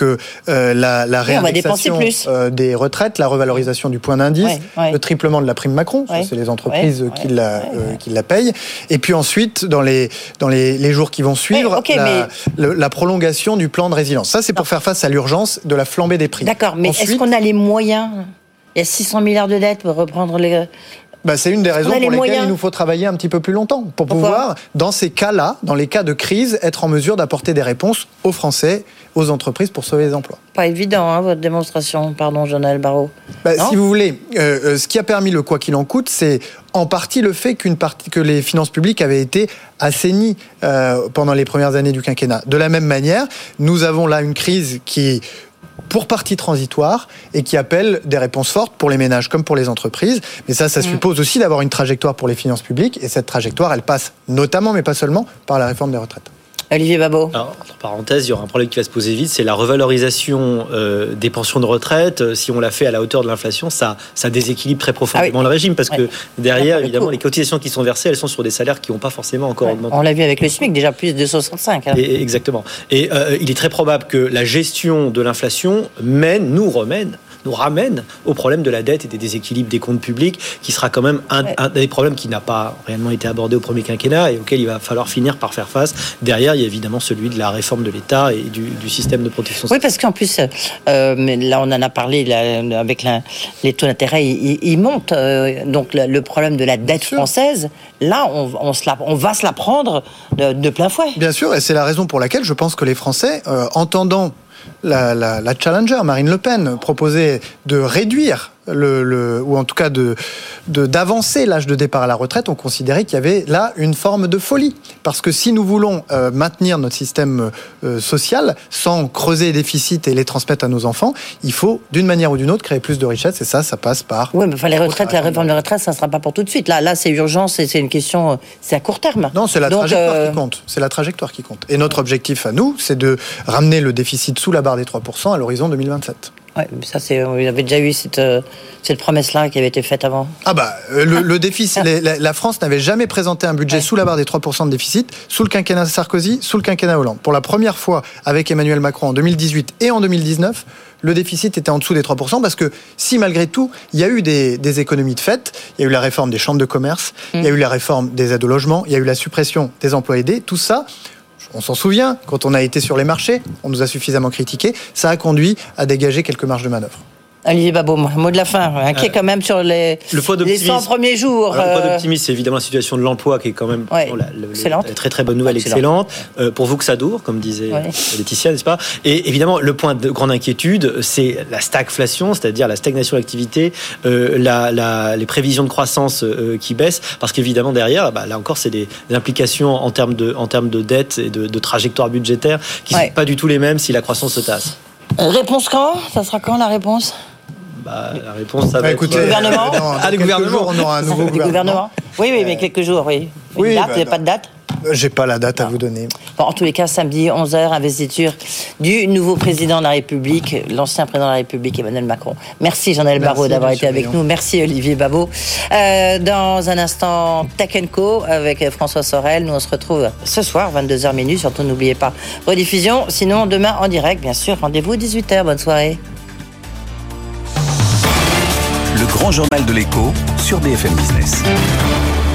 la réindexation des retraites, la revalorisation du point d'indice, le triplement de la prime Macron, ça, c'est les entreprises qui la payent. Et puis ensuite, dans les jours qui vont suivre, la prolongation du plan de résilience. Ça, c'est pour faire face à l'urgence de la flambée des prix. D'accord, mais est-ce qu'on a les moyens ? Il y a 600 milliards de dettes pour reprendre les... C'est une des raisons pour lesquelles il nous faut travailler un petit peu plus longtemps, pour pouvoir, dans ces cas-là, dans les cas de crise, être en mesure d'apporter des réponses aux Français, aux entreprises pour sauver les emplois. Pas évident, votre démonstration, pardon, Jean-Noël Barrot. Si vous voulez, ce qui a permis le quoi qu'il en coûte, c'est en partie le fait que les finances publiques avaient été assainies pendant les premières années du quinquennat. De la même manière, nous avons là une crise qui pour partie transitoire et qui appelle des réponses fortes pour les ménages comme pour les entreprises. Mais ça suppose aussi d'avoir une trajectoire pour les finances publiques, et cette trajectoire, elle passe notamment, mais pas seulement, par la réforme des retraites. Olivier Babot. Alors, entre parenthèses, il y aura un problème qui va se poser vite, c'est la revalorisation des pensions de retraite. Si on l'a fait à la hauteur de l'inflation, ça déséquilibre très profondément le régime, parce que derrière, évidemment, les cotisations qui sont versées, elles sont sur des salaires qui n'ont pas forcement encore augmenté. On l'a vu avec le SMIC, déjà plus de 65. Exactement. Et il est très probable que la gestion de l'inflation nous ramène au problème de la dette et des déséquilibres des comptes publics, qui sera quand même un des problèmes qui n'a pas réellement été abordé au premier quinquennat et auquel il va falloir finir par faire face. Derrière, il y a évidemment celui de la réforme de l'État et du système de protection sociale. Oui, parce qu'en plus, mais là on en a parlé, avec les taux d'intérêt, ils montent. Donc le problème de la dette française, là, on va se la prendre de plein fouet. Bien sûr, et c'est la raison pour laquelle je pense que les Français, entendant la challenger Marine Le Pen proposer de réduire ou en tout cas d'avancer l'âge de départ à la retraite, on considérait qu'il y avait là une forme de folie. Parce que si nous voulons maintenir notre système social sans creuser les déficits et les transmettre à nos enfants, il faut d'une manière ou d'une autre créer plus de richesses, et ça passe par... Oui, mais la réforme des retraites, ça ne sera pas pour tout de suite. Là c'est urgence, c'est une question, c'est à court terme. Non, c'est la trajectoire qui compte. C'est la trajectoire qui compte. Et notre objectif à nous, c'est de ramener le déficit sous la barre des 3% à l'horizon 2027. Oui, mais ça, il avait déjà eu cette promesse-là qui avait été faite avant. Le déficit, la France n'avait jamais présenté un budget sous la barre des 3% de déficit, sous le quinquennat Sarkozy, sous le quinquennat Hollande. Pour la première fois, avec Emmanuel Macron en 2018 et en 2019, le déficit était en dessous des 3%, parce que si malgré tout, il y a eu des économies de fait, il y a eu la réforme des chambres de commerce, il y a eu la réforme des aides au logement, il y a eu la suppression des emplois aidés, tout ça... On s'en souvient, quand on a été sur les marchés, on nous a suffisamment critiqué, ça a conduit à dégager quelques marges de manœuvre. Olivier Babot, mot de la fin, inquiet quand même sur les 100 premiers jours. Le point d'optimisme, c'est évidemment la situation de l'emploi qui est quand même excellente. La très très bonne nouvelle, excellente. Pour vous que ça dure, comme disait Laetitia, n'est-ce pas? Et évidemment, le point de grande inquiétude, c'est la stagflation, c'est-à-dire la stagnation de l'activité, les prévisions de croissance qui baissent, parce qu'évidemment derrière, là encore, c'est des implications en termes de dette et de trajectoire budgétaire qui ne sont pas du tout les mêmes si la croissance se tasse. Réponse quand? Ça sera quand la réponse? La réponse, ça va être... Le gouvernement. Dans quelques jours, on aura un nouveau gouvernement. Oui, mais quelques jours, oui. Une date, vous n'avez pas de date? J'ai pas la date à vous donner. Bon, en tous les cas, samedi, 11h, investiture du nouveau président de la République, l'ancien président de la République, Emmanuel Macron. Merci Jean-Noël Barrot d'avoir été avec nous. Merci Olivier Babot. Dans un instant, Tech & Co avec François Sorel. Nous, on se retrouve ce soir, 22h minuit. Surtout, n'oubliez pas, rediffusion. Sinon, demain, en direct, bien sûr. Rendez-vous 18h. Bonne soirée. Le grand journal de l'écho sur BFM Business.